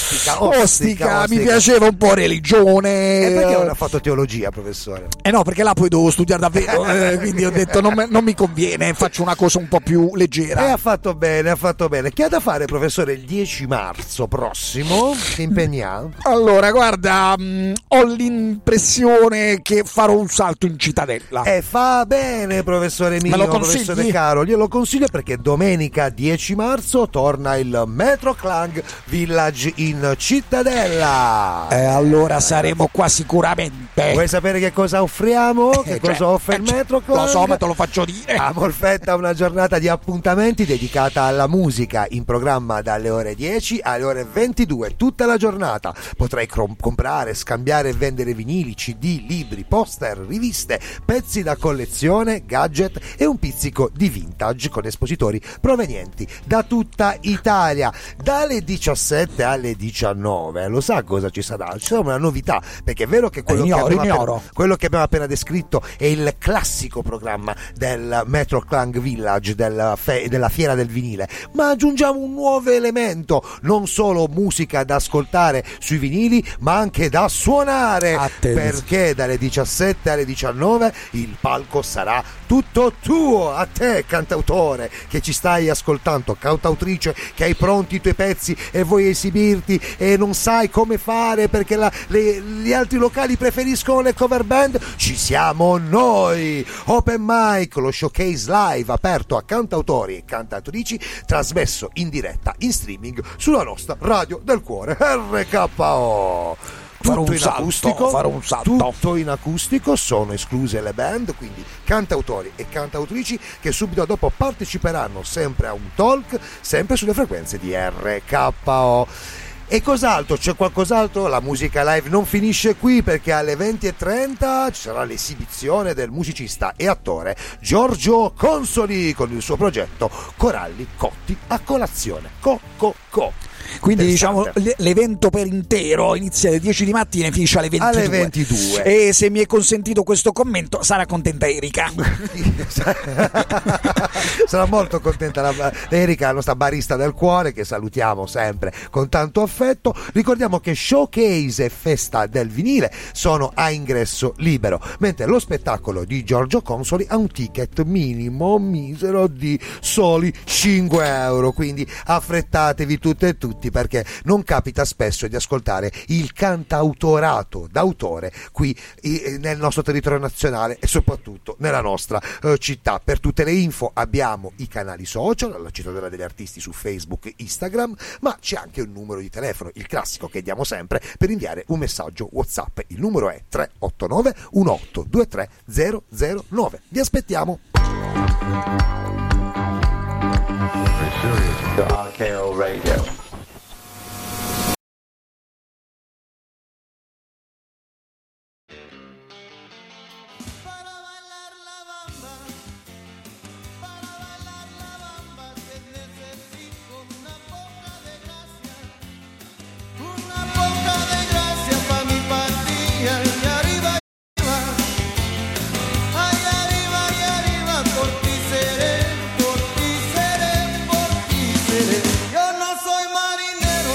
ostica. Mi piaceva un po' religione. E perché non ha fatto teologia, professore? No, perché là poi devo studiare davvero, quindi ho detto non mi conviene, faccio una cosa un po' più leggera. E ha fatto bene. Che ha da fare, professore, il 10 marzo prossimo? Che impegniamo? Allora, guarda, ho l'impressione che farò un salto in cittadella. Fa bene, professore mio, professore caro. Glielo consiglio perché domenica 10 marzo torna il Metro Clang Village in cittadella. Allora saremo qua sicuramente. Vuoi sapere che cosa offriamo? Che cosa offre il Metro Clang? Lo so, ma te lo faccio dire. A Molfetta una giornata di appuntamenti dedicata alla musica, in programma dalle ore 10 alle ore 22 tutta la giornata. Potrai comprare, scambiare e vendere vinili, CD, libri, poster, riviste, pezzi da collezione, gadget e un pizzico di vintage con espositori provenienti da tutta Italia. Dalle 17 alle 19 lo sa cosa ci sarà? C'è una novità, perché è vero che quello che abbiamo appena descritto è il classico programma del Metro Clang Village, della fiera del vinile, ma aggiungiamo un nuovo elemento: non solo musica da ascoltare sui vinili ma anche da suonare, perché dalle 17 alle 19 il palco sarà tutto tuo. A te, cantautore che ci stai ascoltando, cantautrice che hai pronti i tuoi pezzi e vuoi esibirti e non sai come fare perché gli altri locali preferiscono le cover band, ci siamo noi. Open mic, lo showcase live aperto a cantautori e cantatrici, trasmesso in diretta in streaming sulla nostra radio del cuore RKO. Tutto in acustico, sono escluse le band, quindi cantautori e cantautrici che subito dopo parteciperanno sempre a un talk, sempre sulle frequenze di RKO. E cos'altro? C'è qualcos'altro? La musica live non finisce qui, perché alle 20:30 ci sarà l'esibizione del musicista e attore Giorgio Consoli con il suo progetto Coralli Cotti a colazione. Co. Quindi diciamo l'evento per intero inizia alle 10 di mattina e finisce alle 22. E se mi è consentito questo commento, sarà contenta Erika. Sarà molto contenta Erika, la nostra barista del cuore, che salutiamo sempre con tanto affetto. Ricordiamo che Showcase e Festa del Vinile sono a ingresso libero, mentre lo spettacolo di Giorgio Consoli ha un ticket minimo misero di soli 5 euro, quindi affrettatevi tutte e tutti, perché non capita spesso di ascoltare il cantautorato d'autore qui nel nostro territorio nazionale e soprattutto nella nostra città. Per tutte le info abbiamo i canali social, la Cittadella degli Artisti su Facebook e Instagram, ma c'è anche un numero di telefono, il classico che diamo sempre per inviare un messaggio WhatsApp. Il numero è 389 1823 009. Vi aspettiamo. RKO Radio. Yo no soy marinero,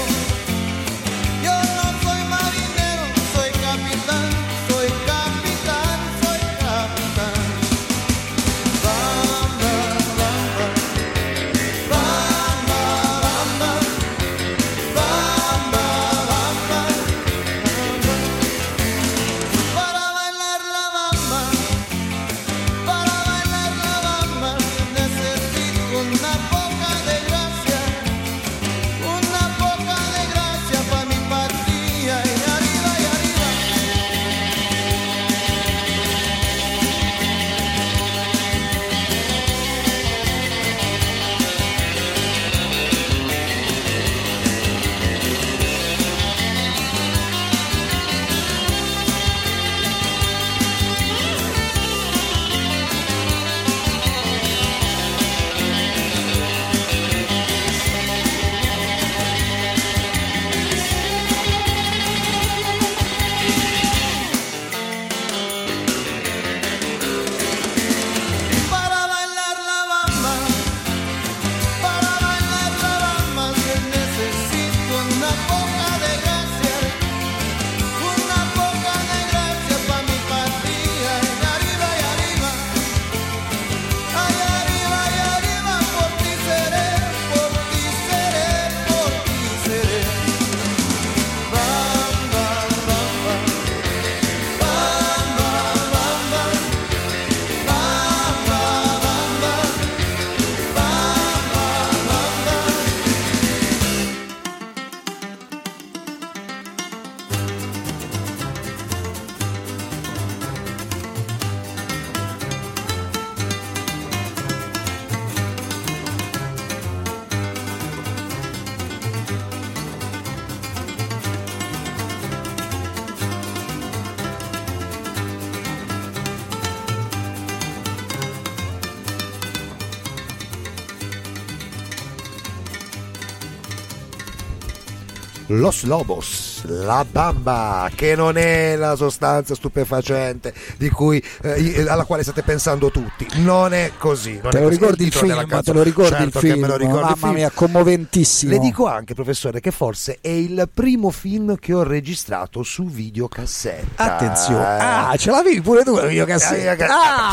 Los Lobos, la bamba, che non è la sostanza stupefacente di cui alla quale state pensando tutti, non è così. Non te è lo così. ricordi il film? Te lo ricordi certo il film? Che me lo ricordo, Mamma mia, commoventissimo. Le dico anche, professore, che forse è il primo film che ho registrato su videocassetta. Attenzione, ce l'avevi pure tu la videocassetta?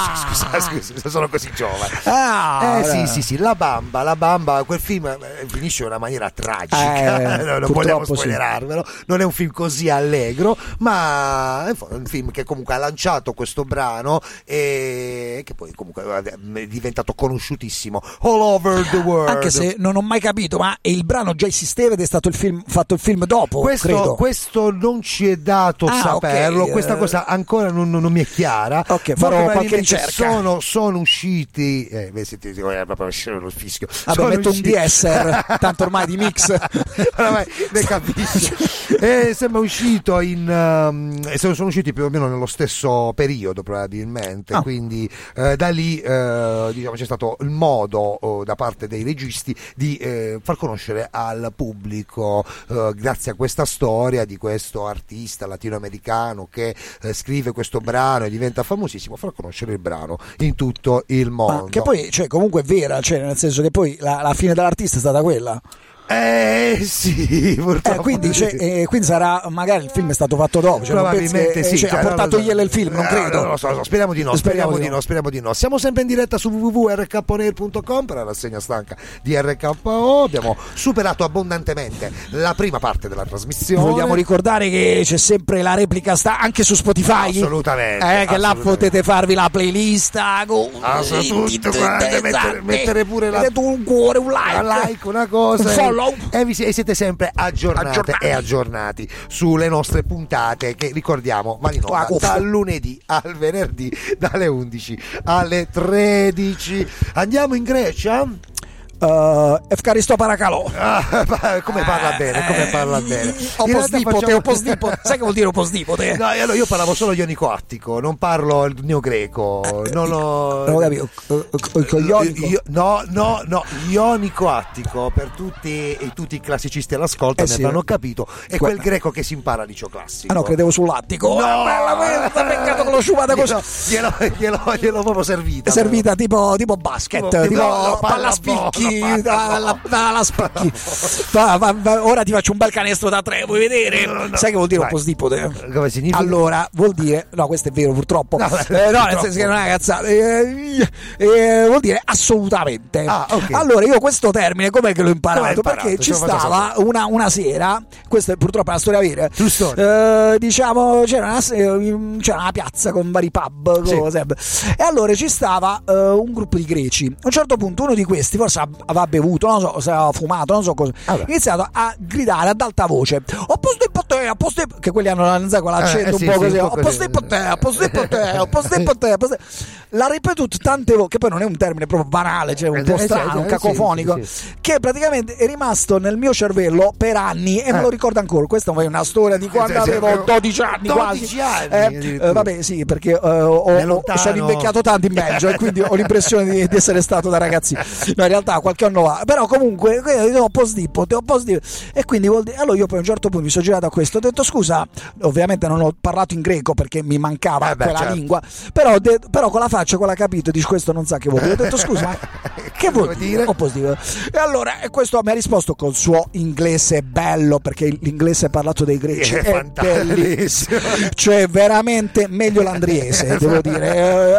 Scusa, sono così giovane. Sì, La Bamba, quel film finisce in una maniera tragica, non vogliamo spoilerarvelo, non è un film così allegro, ma è un film che comunque ha lanciato questo brano e che poi comunque è diventato conosciutissimo all over the world. Anche se non ho mai capito, ma il brano già esisteva ed è stato fatto il film dopo, questo non ci è dato saperlo, okay. Questa cosa ancora non mi è chiara. Ok, farò qualche ricerca. Sono usciti proprio lo fischio. Metto un DSR tanto ormai di mix. Ne capisci. Sembra uscito sono usciti più o meno nello stesso periodo probabilmente, quindi da lì diciamo c'è stato il modo da parte dei registi di far conoscere al pubblico, grazie a questa storia di questo artista latinoamericano che scrive questo brano e diventa famosissimo, far conoscere il brano in tutto il mondo. Che poi, cioè, comunque è vera, cioè, nel senso che poi la fine dell'artista è stata quella. Sì, purtroppo. Quindi sarà, magari il film è stato fatto dopo, cioè, probabilmente sì, ha portato ieri il film, non credo. Non lo so, speriamo di no. Siamo sempre in diretta su www.rkponair.com per la rassegna stanca di RKO. Abbiamo superato abbondantemente la prima parte della trasmissione. Vogliamo ricordare che c'è sempre la replica anche su Spotify. Assolutamente. Che là potete farvi la playlist mettere pure un cuore, un like, una cosa, un e siete sempre aggiornate e aggiornati sulle nostre puntate che ricordiamo vanno in onda dal lunedì al venerdì dalle 11 alle 13. Andiamo in Grecia. Efcaristo Paracalò. Come parla bene. Opposdipote. Sai che vuol dire opposdipote? No, allora io parlavo solo ionico attico, non parlo il neogreco. Non ho capito. Ionico attico per tutti i classicisti all'ascolto ne avranno capito. È quel greco che si impara al liceo classico. No, credevo sull'attico. Peccato che lo sciupate così. Glielo proprio servita. Servita tipo basket, tipo palla spicchi. La spicchi. Ora ti faccio un bel canestro da 3, vuoi vedere? Sai che vuol dire opposdipote? Come significa? Allora vuol dire, no, questo è vero purtroppo, nel senso che non è una cazzata, vuol dire assolutamente. Allora io questo termine com'è che l'ho imparato? Perché ci stava una sera, questa è purtroppo una storia vera, diciamo c'era una piazza con vari pub, cose, e allora ci stava un gruppo di greci. A un certo punto uno di questi forse aveva bevuto, non so se aveva fumato, non so cosa, ha iniziato a gridare ad alta voce opposte, che quelli hanno l'accento un po' così, opposte, l'ha ripetuto tante volte, che poi non è un termine proprio banale, cioè un po' strano, un cacofonico, che praticamente è rimasto nel mio cervello per anni e me lo ricordo ancora. Questa è una storia di quando avevo 12 anni quasi. Vabbè, sì, perché sono invecchiato tanto in Belgio e quindi ho l'impressione di essere stato da ragazzino. No, in realtà qualche anno fa, però comunque oppostipote, e quindi vuol dire, allora io poi a un certo punto mi sono girato a questo, ho detto scusa, ovviamente non ho parlato in greco perché mi mancava quella lingua, però con la faccia, con la capito, dici questo non sa che vuol dire, ho detto scusa, ma che vuol dire oppostipote? E allora questo mi ha risposto col suo inglese bello, perché l'inglese parlato dai greci è bellissimo, cioè veramente meglio l'andriese, devo dire,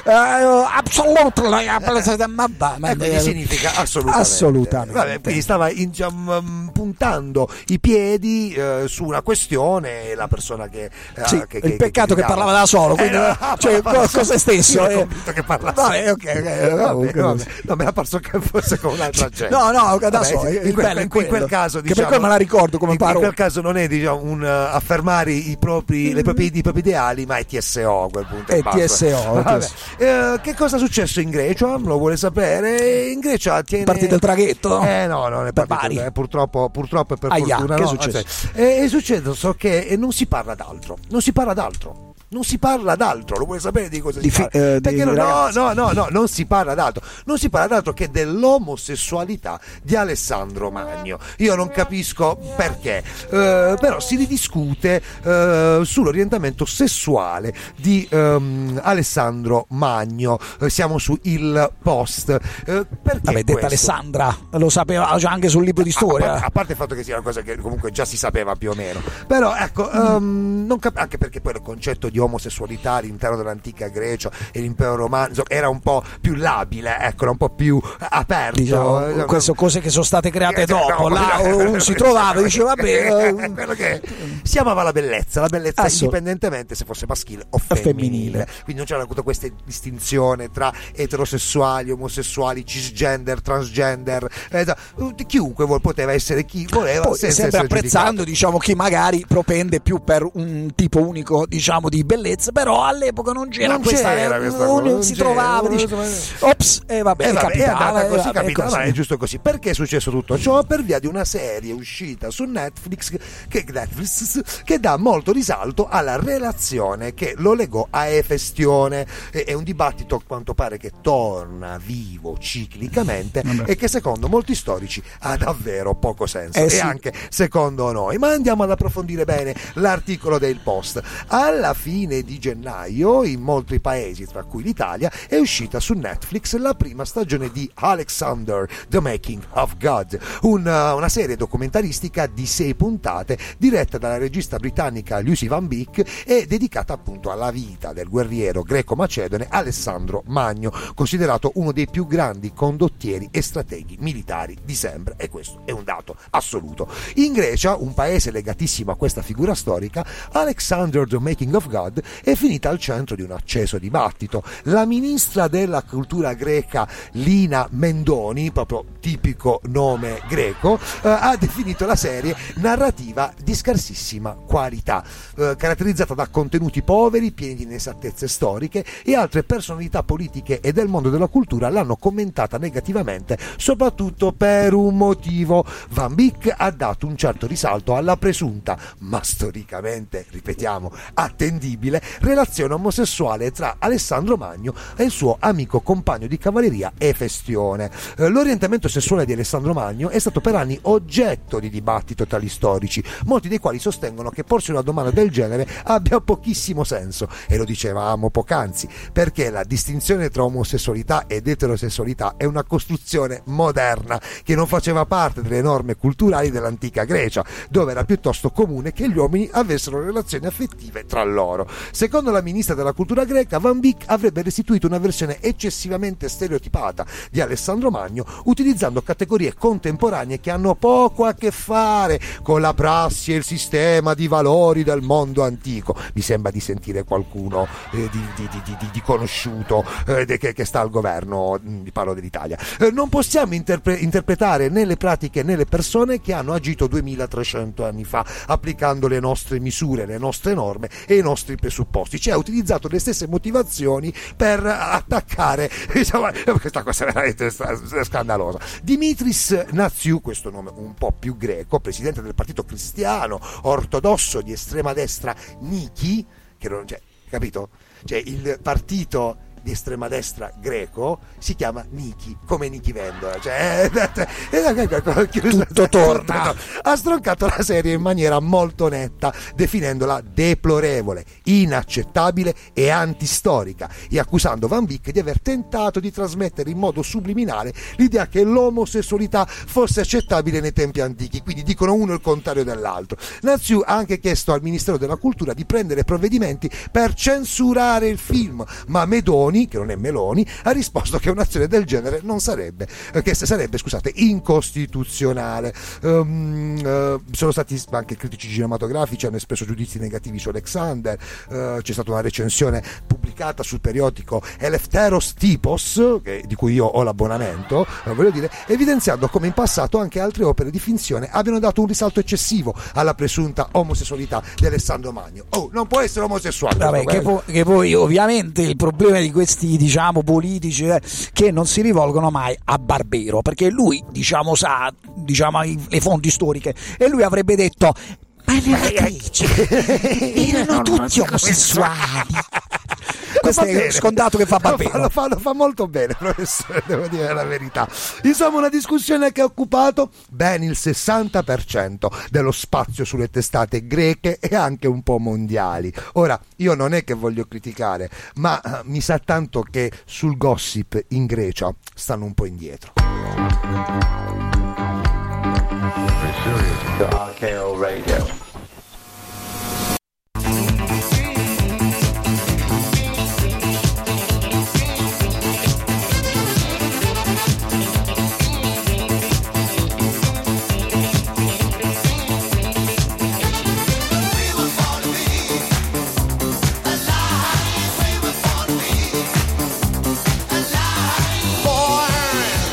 che significa assolutamente. Vabbè, quindi stava puntando i piedi su una questione, la persona che il peccato che parlava da solo, quindi cioè cosa stesso, che parlava. Vabbè, ok. No, me l'ha parso che fosse con un'altra gente. No, da solo, in quel caso, che per quello me la ricordo come parole. In quel caso non è, diciamo, un affermare i propri ideali, ma è TSO a quel punto. È TSO. Che cosa è successo in Grecia? Lo vuole sapere? In Grecia tiene partito il traghetto? No, non è partito. Purtroppo e per fortuna. Che è successo? È successo che non si parla d'altro. Non si parla d'altro, lo vuoi sapere di cosa si parla? Perché non si parla d'altro. Non si parla d'altro che dell'omosessualità di Alessandro Magno. Io non capisco perché, però si ridiscute sull'orientamento sessuale di Alessandro Magno. Siamo su Il Post. Perché detta Alessandra, lo sapeva già anche sul libro di storia. A parte il fatto che sia una cosa che comunque già si sapeva più o meno, però ecco, anche perché poi il concetto di omosessualità all'interno dell'antica Grecia e l'impero romano era un po' più labile, ecco, era un po' più aperto, diciamo, queste cose che sono state create dopo, uno si trovava e diceva vabbè, quello che si amava la bellezza indipendentemente se fosse maschile o femminile. Quindi non c'era tutta questa distinzione tra eterosessuali, omosessuali, cisgender, transgender, chiunque poteva essere chi voleva, poi sempre apprezzando, diciamo, chi magari propende più per un tipo unico, diciamo, di bellezza, però all'epoca non c'era Non questa, c'era questa non cosa, si non c'era, trovava, dice, ops, vabbè, capitava, è andata così, vabbè, capitava, così. è giusto così. Perché è successo tutto ciò? Per via di una serie uscita su Netflix che dà molto risalto alla relazione che lo legò a Efestione. È un dibattito a quanto pare che torna vivo ciclicamente e che secondo molti storici ha davvero poco senso, e sì. anche secondo noi. Ma andiamo ad approfondire bene l'articolo del Post. Alla fine di gennaio in molti paesi, tra cui l'Italia, è uscita su Netflix la prima stagione di Alexander, The Making of God, una serie documentaristica di 6 puntate diretta dalla regista britannica Lucy Van Beek e dedicata appunto alla vita del guerriero greco-macedone Alessandro Magno, considerato uno dei più grandi condottieri e strateghi militari di sempre, e questo è un dato assoluto. In Grecia, un paese legatissimo a questa figura storica, Alexander, The Making of God è finita al centro di un acceso dibattito. La ministra della cultura greca Lina Mendoni, proprio tipico nome greco, ha definito la serie narrativa di scarsissima qualità, caratterizzata da contenuti poveri, pieni di inesattezze storiche, e altre personalità politiche e del mondo della cultura l'hanno commentata negativamente, soprattutto per un motivo. Van Beek ha dato un certo risalto alla presunta, ma storicamente, ripetiamo, attendibile relazione omosessuale tra Alessandro Magno e il suo amico compagno di cavalleria Efestione. L'orientamento sessuale di Alessandro Magno è stato per anni oggetto di dibattito tra gli storici, molti dei quali sostengono che porsi una domanda del genere abbia pochissimo senso, e lo dicevamo poc'anzi, perché la distinzione tra omosessualità ed eterosessualità è una costruzione moderna che non faceva parte delle norme culturali dell'antica Grecia, dove era piuttosto comune che gli uomini avessero relazioni affettive tra loro. Secondo la ministra della cultura greca, Van Beek avrebbe restituito una versione eccessivamente stereotipata di Alessandro Magno, utilizzando categorie contemporanee che hanno poco a che fare con la prassi e il sistema di valori del mondo antico. Mi sembra di sentire qualcuno di conosciuto che sta al governo, parlo dell'Italia. Non possiamo interpretare né le pratiche né le persone che hanno agito 2300 anni fa, applicando le nostre misure, le nostre norme e i nostri presupposti. Cioè ha utilizzato le stesse motivazioni per attaccare, insomma, questa cosa è veramente scandalosa. Dimitris Natsiou, questo nome un po' più greco, presidente del partito cristiano ortodosso di estrema destra Niki, che non c'è, capito? Cioè il partito di estrema destra greco si chiama Niki, come Niki Vendola, cioè tutto torna. Ha stroncato la serie in maniera molto netta, definendola deplorevole, inaccettabile e antistorica, e accusando Van Beek di aver tentato di trasmettere in modo subliminale l'idea che l'omosessualità fosse accettabile nei tempi antichi, quindi dicono uno il contrario dell'altro. Natsiou ha anche chiesto al Ministero della Cultura di prendere provvedimenti per censurare il film, ma Medoni, che non è Meloni, ha risposto che un'azione del genere non sarebbe, incostituzionale. Sono stati anche critici cinematografici, hanno espresso giudizi negativi su Alexander. C'è stata una recensione pubblicata sul periodico Eleftheros Typos, di cui io ho l'abbonamento, voglio dire, evidenziando come in passato anche altre opere di finzione abbiano dato un risalto eccessivo alla presunta omosessualità di Alessandro Magno. Non può essere omosessuale. Vabbè, che poi ovviamente il problema di questi, diciamo, politici che non si rivolgono mai a Barbero, perché lui, diciamo, sa, diciamo, le fonti storiche, e lui avrebbe detto: ma le attrici erano tutti omosessuali. Questo è scontato che fa Barbero. Lo fa molto bene, professore, devo dire la verità. Insomma, una discussione che ha occupato ben il 60% dello spazio sulle testate greche e anche un po' mondiali. Ora, io non è che voglio criticare, ma mi sa tanto che sul gossip in Grecia stanno un po' indietro. RKO Radio.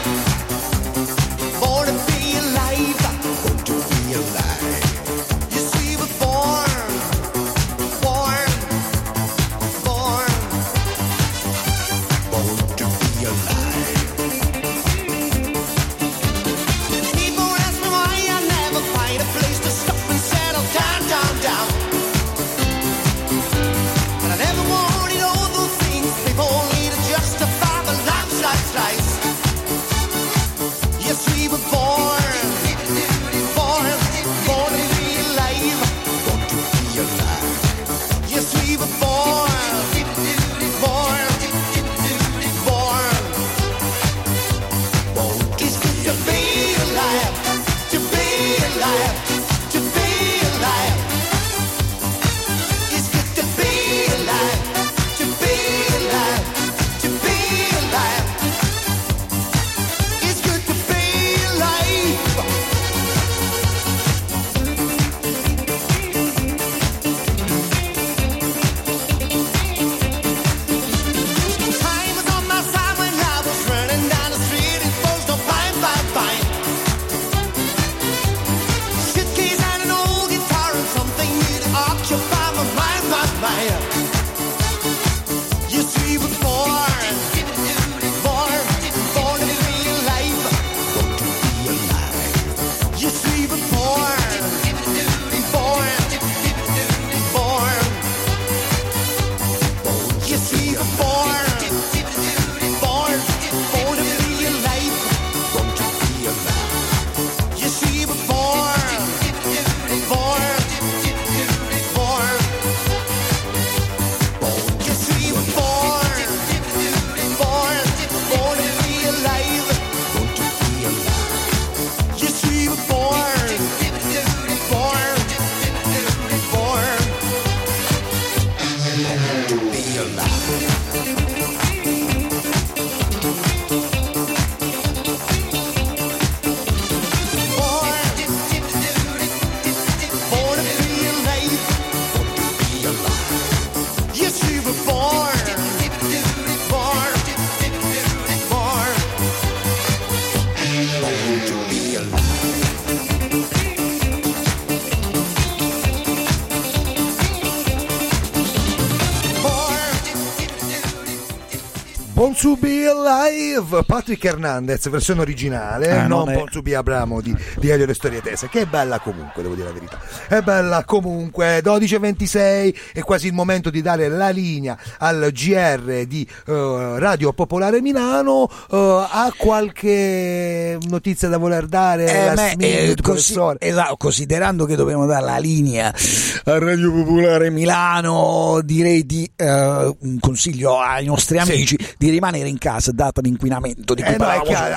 Born to be alive, born to be alive. Born to be Alive, Patrick Hernandez, versione originale, non Born to be Abramo di Elio Le Storie Tese, che è bella comunque, devo dire la verità. È bella comunque. 12:26 è quasi il momento di dare la linea al GR di Radio Popolare Milano. Ha qualche notizia da voler dare? Considerando che dobbiamo dare la linea a Radio Popolare Milano, direi di un consiglio ai nostri amici di rimanere in casa dato l'inquinamento di cui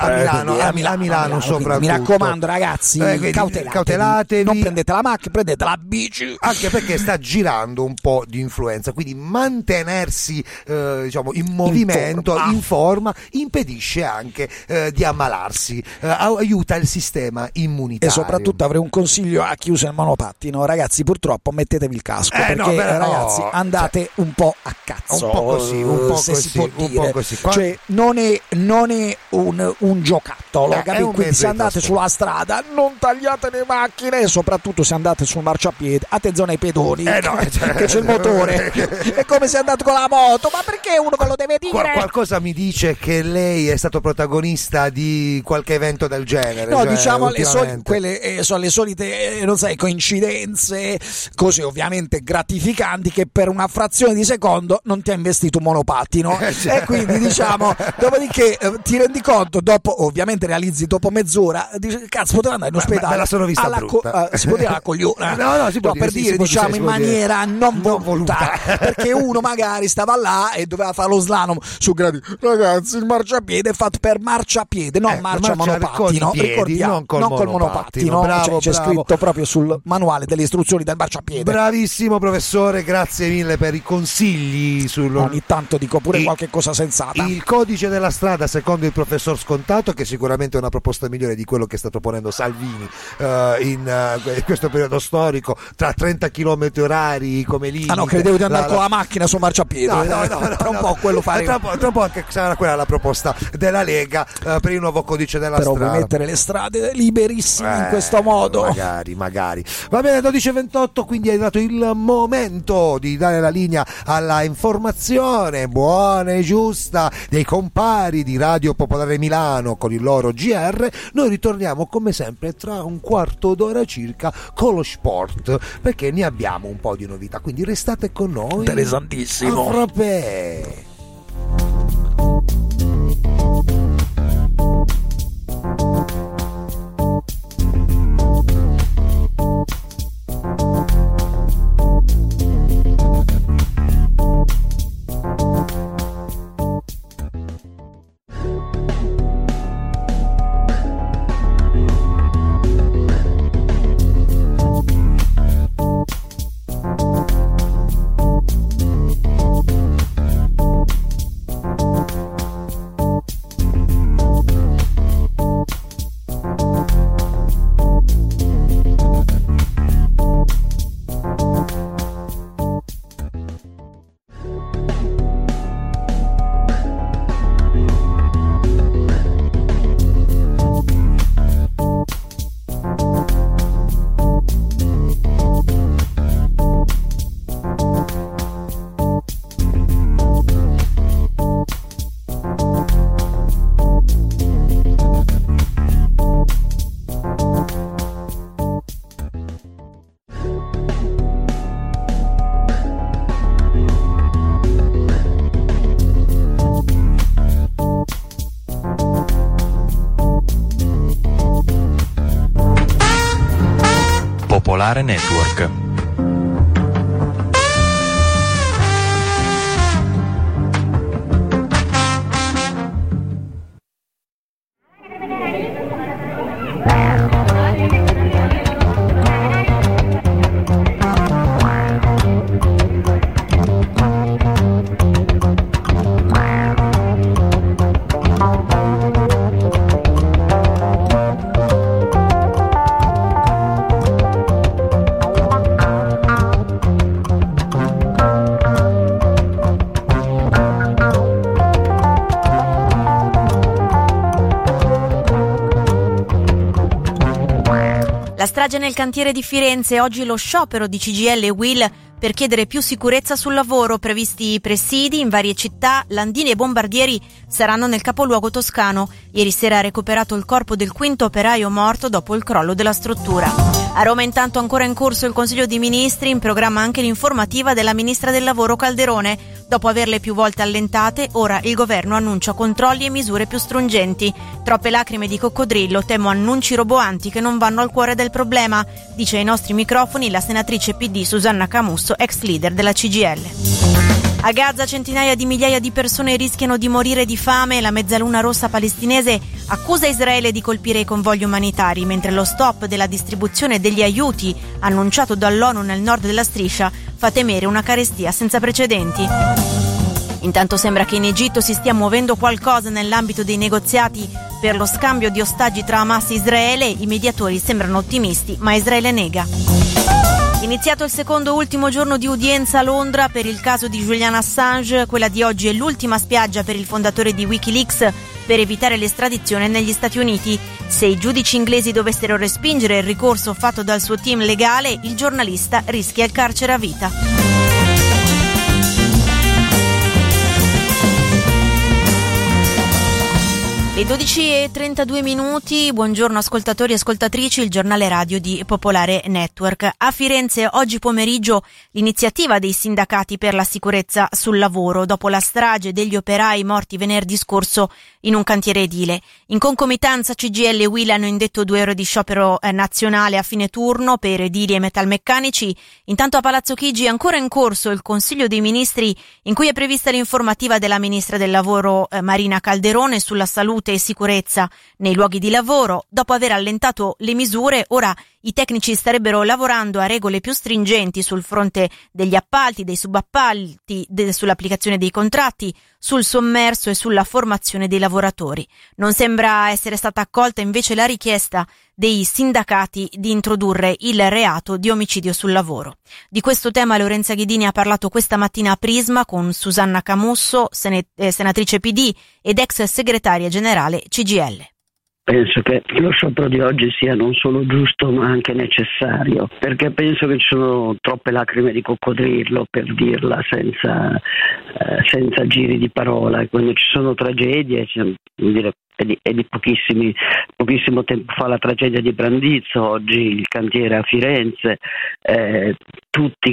a Milano soprattutto. Mi raccomando, ragazzi, cautelatevi, non prendete la macchina, prendete la bici, anche perché sta girando un po' di influenza, quindi mantenersi in movimento, in forma, impedisce anche di ammalarsi, aiuta il sistema immunitario. E soprattutto avrei un consiglio a chi usa il monopattino: ragazzi, purtroppo mettetevi il casco, perché ragazzi andate un po' a cazzo, un po' così, cioè non è un giocattolo, capito? Quindi se andate sulla strada non tagliate le macchine, e soprattutto se andate sul marciapiede attenzione ai pedoni, che c'è il motore. È come se andate con la moto, ma perché uno ve lo deve dire? Qualcosa mi dice che lei è stato protagonista di qualche evento del genere. No, diciamo quelle sono le solite, non sai, coincidenze, cose ovviamente gratificanti, che per una frazione di secondo non ti ha investito un monopattino, e quindi diciamo, dopodiché ti rendi conto, dopo ovviamente realizzi dopo mezz'ora, dici cazzo, potevo andare in ospedale. Me la sono vista brutta. Si può dire alla cogliona? No, si può dire, per dire, diciamo, in maniera non voluta, perché uno magari stava là e doveva fare lo slalom su gradi. Ragazzi, il marciapiede è fatto per marciapiede, non marcia monopattino, ricordiamo, non col monopattino. Bravo, c'è scritto proprio sul manuale delle istruzioni del marciapiede. Bravissimo professore, grazie mille per i consigli. Ogni tanto dico pure qualche cosa sensata. Il codice della strada secondo il professor Scontato, che sicuramente è una proposta migliore di quello che sta proponendo Salvini in questo periodo storico, tra 30 km orari come limite. No, credevo di andare con la macchina sul marciapiede. No, tra un po' quello fare. Tra un po' anche sarà quella la proposta della Lega per il nuovo codice della strada. Però puoi mettere le strade liberissime in questo modo. Magari. Va bene, 12:28, quindi è arrivato il momento di dare la linea alla informazione buona e giusta dei compari di Radio Popolare Milano con il loro GR. Noi ritorniamo come sempre tra un quarto d'ora circa con lo sport, perché ne abbiamo un po' di novità, quindi restate con noi. Interessantissimo. A frappè. Popolare Network. La strage nel cantiere di Firenze, oggi lo sciopero di CGIL e UIL per chiedere più sicurezza sul lavoro. Previsti presidi in varie città, Landini e Bombardieri saranno nel capoluogo toscano. Ieri sera ha recuperato il corpo del quinto operaio morto dopo il crollo della struttura. A Roma intanto ancora in corso il Consiglio dei Ministri, in programma anche l'informativa della Ministra del Lavoro Calderone. Dopo averle più volte allentate, ora il governo annuncia controlli e misure più stringenti. Troppe lacrime di coccodrillo, temo annunci roboanti che non vanno al cuore del problema, dice ai nostri microfoni la senatrice PD Susanna Camusso, ex leader della CGIL. A Gaza centinaia di migliaia di persone rischiano di morire di fame. La Mezzaluna Rossa palestinese accusa Israele di colpire i convogli umanitari, mentre lo stop della distribuzione degli aiuti annunciato dall'ONU nel nord della striscia fa temere una carestia senza precedenti. Intanto sembra che in Egitto si stia muovendo qualcosa nell'ambito dei negoziati per lo scambio di ostaggi tra Hamas e Israele. I mediatori sembrano ottimisti, ma Israele nega. Iniziato il secondo e ultimo giorno di udienza a Londra per il caso di Julian Assange. Quella di oggi è l'ultima spiaggia per il fondatore di Wikileaks per evitare l'estradizione negli Stati Uniti. Se i giudici inglesi dovessero respingere il ricorso fatto dal suo team legale, il giornalista rischia il carcere a vita. Le 12:32, buongiorno ascoltatori e ascoltatrici, il giornale radio di Popolare Network. A Firenze oggi pomeriggio l'iniziativa dei sindacati per la sicurezza sul lavoro dopo la strage degli operai morti venerdì scorso in un cantiere edile. In concomitanza CGIL e UIL hanno indetto 2 ore di sciopero nazionale a fine turno per edili e metalmeccanici. Intanto a Palazzo Chigi è ancora in corso il Consiglio dei Ministri in cui è prevista l'informativa della Ministra del Lavoro Marina Calderone sulla salute e sicurezza nei luoghi di lavoro. Dopo aver allentato le misure, ora i tecnici starebbero lavorando a regole più stringenti sul fronte degli appalti, dei subappalti, sull'applicazione dei contratti, sul sommerso e sulla formazione dei lavoratori. Non sembra essere stata accolta invece la richiesta dei sindacati di introdurre il reato di omicidio sul lavoro. Di questo tema Lorenza Ghidini ha parlato questa mattina a Prisma con Susanna Camusso, senatrice PD ed ex segretaria generale CGIL. Penso che lo sciopero di oggi sia non solo giusto ma anche necessario, perché penso che ci sono troppe lacrime di coccodrillo, per dirla senza giri di parola, e quando ci sono tragedie, è di pochissimo tempo fa la tragedia di Brandizzo, oggi il cantiere a Firenze, tutti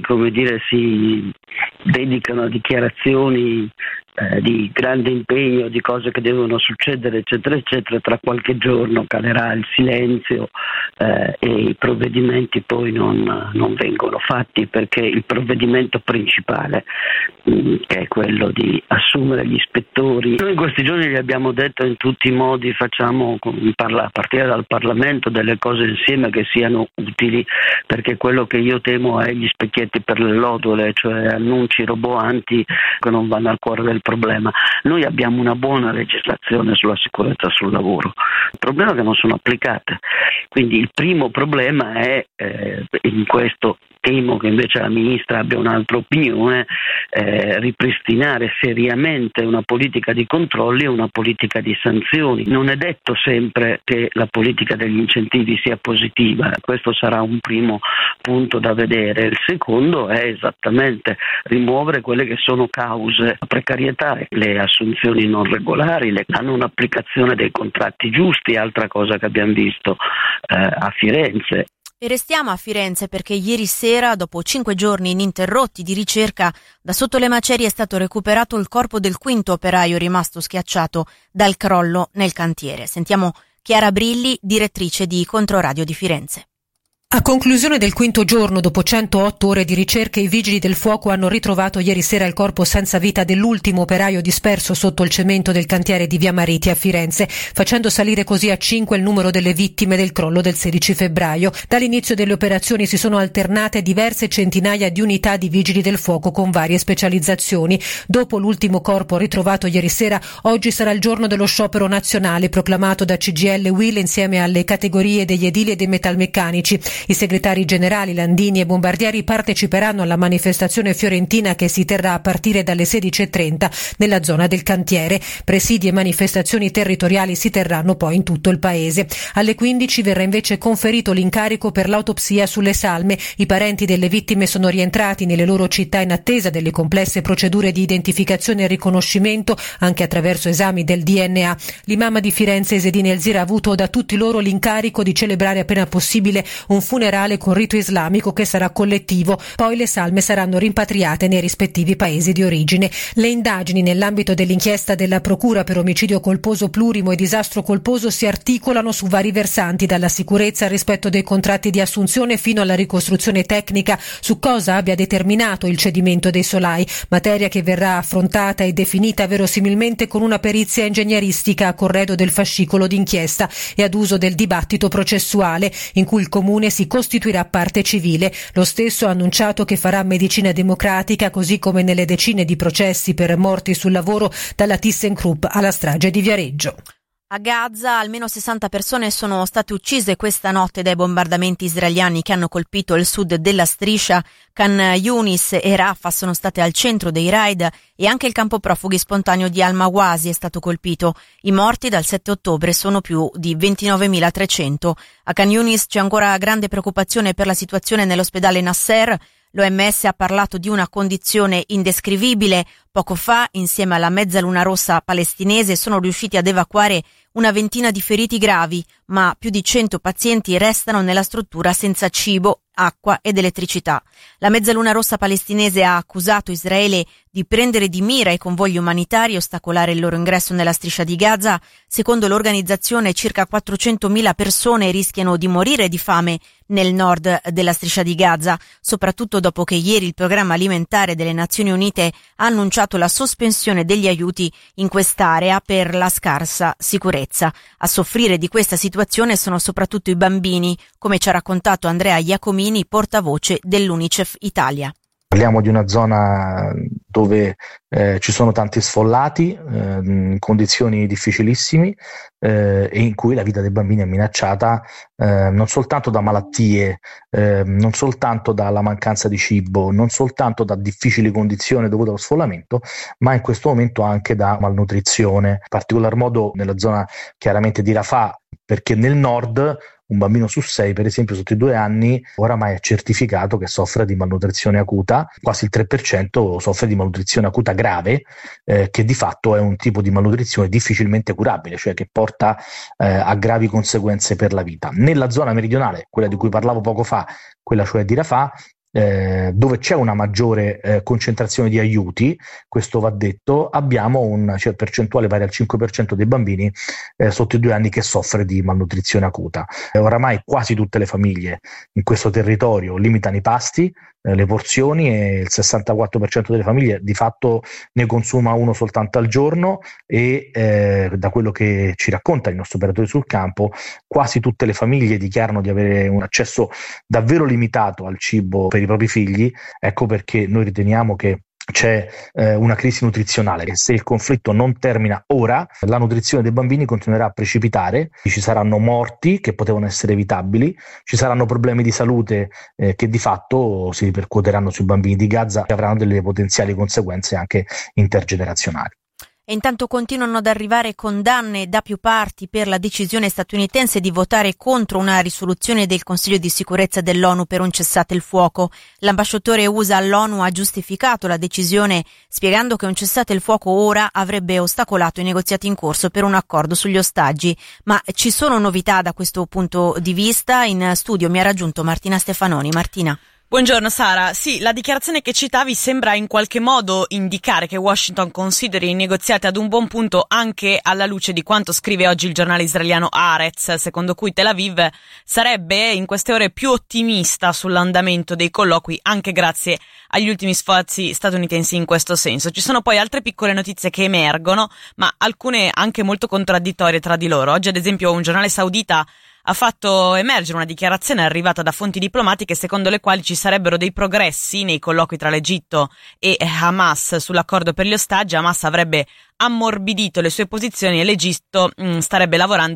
si dedicano a dichiarazioni di grande impegno, di cose che devono succedere eccetera eccetera. Tra qualche giorno calerà il silenzio e i provvedimenti poi non vengono fatti, perché il provvedimento principale che è quello di assumere gli ispettori, noi in questi giorni gli abbiamo detto in tutti i modi, facciamo a partire dal Parlamento delle cose insieme che siano utili, perché quello che io temo è gli specchietti per le lodole, cioè annunci roboanti che non vanno al cuore del problema. Noi abbiamo una buona legislazione sulla sicurezza sul lavoro, il problema è che non sono applicate, quindi il primo problema è in questo. Temo che invece la Ministra abbia un'altra opinione, ripristinare seriamente una politica di controlli e una politica di sanzioni. Non è detto sempre che la politica degli incentivi sia positiva, questo sarà un primo punto da vedere. Il secondo è esattamente rimuovere quelle che sono cause. La precarietà, le assunzioni non regolari, hanno un'applicazione dei contratti giusti, altra cosa che abbiamo visto a Firenze. E restiamo a Firenze perché ieri sera, dopo 5 giorni ininterrotti di ricerca, da sotto le macerie è stato recuperato il corpo del quinto operaio rimasto schiacciato dal crollo nel cantiere. Sentiamo Chiara Brilli, direttrice di Controradio di Firenze. A conclusione del quinto giorno, dopo 108 ore di ricerche, i vigili del fuoco hanno ritrovato ieri sera il corpo senza vita dell'ultimo operaio disperso sotto il cemento del cantiere di Via Mariti a Firenze, facendo salire così a 5 il numero delle vittime del crollo del 16 febbraio. Dall'inizio delle operazioni si sono alternate diverse centinaia di unità di vigili del fuoco con varie specializzazioni. Dopo l'ultimo corpo ritrovato ieri sera, oggi sarà il giorno dello sciopero nazionale proclamato da CGIL e UIL insieme alle categorie degli edili e dei metalmeccanici. I segretari generali Landini e Bombardieri parteciperanno alla manifestazione fiorentina che si terrà a partire dalle 16:30 nella zona del cantiere. Presidi e manifestazioni territoriali si terranno poi in tutto il paese. Alle 15 verrà invece conferito l'incarico per l'autopsia sulle salme. I parenti delle vittime sono rientrati nelle loro città in attesa delle complesse procedure di identificazione e riconoscimento anche attraverso esami del DNA. L'imam di Firenze Ezzedine El Zira ha avuto da tutti loro l'incarico di celebrare appena possibile un funerale con rito islamico che sarà collettivo. Poi le salme saranno rimpatriate nei rispettivi paesi di origine. Le indagini nell'ambito dell'inchiesta della Procura per omicidio colposo plurimo e disastro colposo si articolano su vari versanti, dalla sicurezza al rispetto dei contratti di assunzione fino alla ricostruzione tecnica su cosa abbia determinato il cedimento dei solai, materia che verrà affrontata e definita verosimilmente con una perizia ingegneristica a corredo del fascicolo d'inchiesta e ad uso del dibattito processuale, in cui il Comune si costituirà parte civile. Lo stesso ha annunciato che farà medicina democratica, così come nelle decine di processi per morti sul lavoro, dalla ThyssenKrupp alla strage di Viareggio. A Gaza almeno 60 persone sono state uccise questa notte dai bombardamenti israeliani che hanno colpito il sud della striscia. Khan Yunis e Rafah sono state al centro dei raid e anche il campo profughi spontaneo di Al-Mawasi è stato colpito. I morti dal 7 ottobre sono più di 29.300. A Khan Yunis c'è ancora grande preoccupazione per la situazione nell'ospedale Nasser. L'OMS ha parlato di una condizione indescrivibile. Poco fa, insieme alla Mezzaluna Rossa palestinese, sono riusciti ad evacuare una ventina di feriti gravi, ma più di 100 pazienti restano nella struttura senza cibo, acqua ed elettricità. La Mezzaluna Rossa palestinese ha accusato Israele di prendere di mira i convogli umanitari e ostacolare il loro ingresso nella striscia di Gaza. Secondo l'organizzazione, circa 400.000 persone rischiano di morire di fame nel nord della striscia di Gaza, soprattutto dopo che ieri il Programma Alimentare delle Nazioni Unite ha annunciato la sospensione degli aiuti in quest'area per la scarsa sicurezza. A soffrire di questa situazione sono soprattutto i bambini, come ci ha raccontato Andrea Iacomini, portavoce dell'UNICEF Italia. Parliamo di una zona dove ci sono tanti sfollati, in condizioni difficilissime e in cui la vita dei bambini è minacciata non soltanto da malattie, non soltanto dalla mancanza di cibo, non soltanto da difficili condizioni dovute allo sfollamento, ma in questo momento anche da malnutrizione, in particolar modo nella zona chiaramente di Rafah, perché nel nord un bambino su 6, per esempio sotto i 2 anni, oramai è certificato che soffre di malnutrizione acuta, quasi il 3% soffre di malnutrizione acuta grave, che di fatto è un tipo di malnutrizione difficilmente curabile, cioè che porta a gravi conseguenze per la vita. Nella zona meridionale, quella di cui parlavo poco fa, quella cioè di Rafah, dove c'è una maggiore concentrazione di aiuti, questo va detto, abbiamo una percentuale pari al 5% dei bambini sotto i 2 anni che soffre di malnutrizione acuta. Oramai quasi tutte le famiglie in questo territorio limitano i pasti, le porzioni, e il 64% delle famiglie di fatto ne consuma uno soltanto al giorno e da quello che ci racconta il nostro operatore sul campo, quasi tutte le famiglie dichiarano di avere un accesso davvero limitato al cibo per i propri figli. Ecco perché noi riteniamo che c'è una crisi nutrizionale e se il conflitto non termina ora, la nutrizione dei bambini continuerà a precipitare, ci saranno morti che potevano essere evitabili, ci saranno problemi di salute che di fatto si ripercuoteranno sui bambini di Gaza e avranno delle potenziali conseguenze anche intergenerazionali. E intanto continuano ad arrivare condanne da più parti per la decisione statunitense di votare contro una risoluzione del Consiglio di sicurezza dell'ONU per un cessate il fuoco. L'ambasciatore USA all'ONU ha giustificato la decisione spiegando che un cessate il fuoco ora avrebbe ostacolato i negoziati in corso per un accordo sugli ostaggi. Ma ci sono novità da questo punto di vista? In studio mi ha raggiunto Martina Stefanoni. Martina. Buongiorno Sara, sì, la dichiarazione che citavi sembra in qualche modo indicare che Washington consideri i negoziati ad un buon punto anche alla luce di quanto scrive oggi il giornale israeliano Haaretz, secondo cui Tel Aviv sarebbe in queste ore più ottimista sull'andamento dei colloqui anche grazie agli ultimi sforzi statunitensi in questo senso. Ci sono poi altre piccole notizie che emergono, ma alcune anche molto contraddittorie tra di loro. Oggi ad esempio un giornale saudita ha fatto emergere una dichiarazione arrivata da fonti diplomatiche secondo le quali ci sarebbero dei progressi nei colloqui tra l'Egitto e Hamas sull'accordo per gli ostaggi. Hamas avrebbe ammorbidito le sue posizioni e l'Egitto starebbe lavorando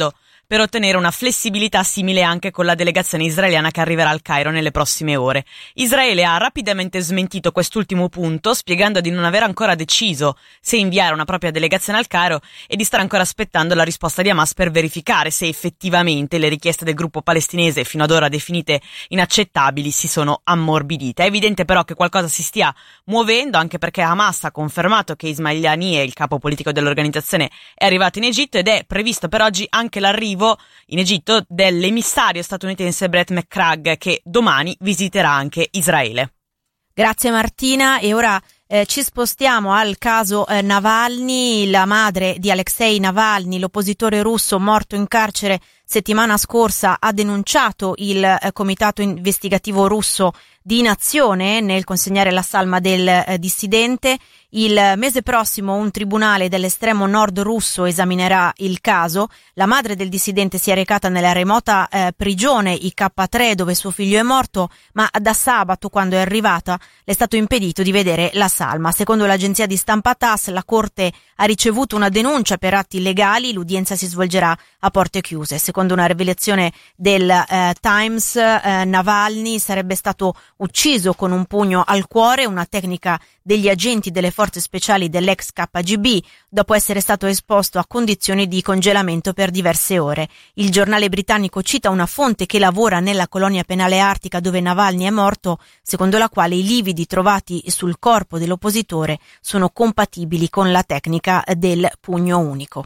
per ottenere una flessibilità simile anche con la delegazione israeliana che arriverà al Cairo nelle prossime ore. Israele ha rapidamente smentito quest'ultimo punto, spiegando di non aver ancora deciso se inviare una propria delegazione al Cairo e di stare ancora aspettando la risposta di Hamas per verificare se effettivamente le richieste del gruppo palestinese, fino ad ora definite inaccettabili, si sono ammorbidite. È evidente però che qualcosa si stia muovendo, anche perché Hamas ha confermato che Ismail Haniyeh, il capo politico dell'organizzazione, è arrivato in Egitto ed è previsto per oggi anche l'arrivo in Egitto dell'emissario statunitense Brett McCracken, che domani visiterà anche Israele. Grazie Martina, e ora ci spostiamo al caso Navalny. La madre di Alexei Navalny, l'oppositore russo morto in carcere settimana scorsa, ha denunciato il comitato investigativo russo di inazione nel consegnare la salma del dissidente. Il mese prossimo un tribunale dell'estremo nord russo esaminerà il caso. La madre del dissidente si è recata nella remota prigione IK3 dove suo figlio è morto, ma da sabato, quando è arrivata, le è stato impedito di vedere la salma. Secondo l'agenzia di stampa TASS, la corte ha ricevuto una denuncia per atti illegali. L'udienza si svolgerà a porte chiuse. Secondo una rivelazione del Times, Navalny sarebbe stato ucciso con un pugno al cuore, una tecnica degli agenti delle forze speciali dell'ex KGB, dopo essere stato esposto a condizioni di congelamento per diverse ore. Il giornale britannico cita una fonte che lavora nella colonia penale artica dove Navalny è morto, secondo la quale i lividi trovati sul corpo dell'oppositore sono compatibili con la tecnica del pugno unico.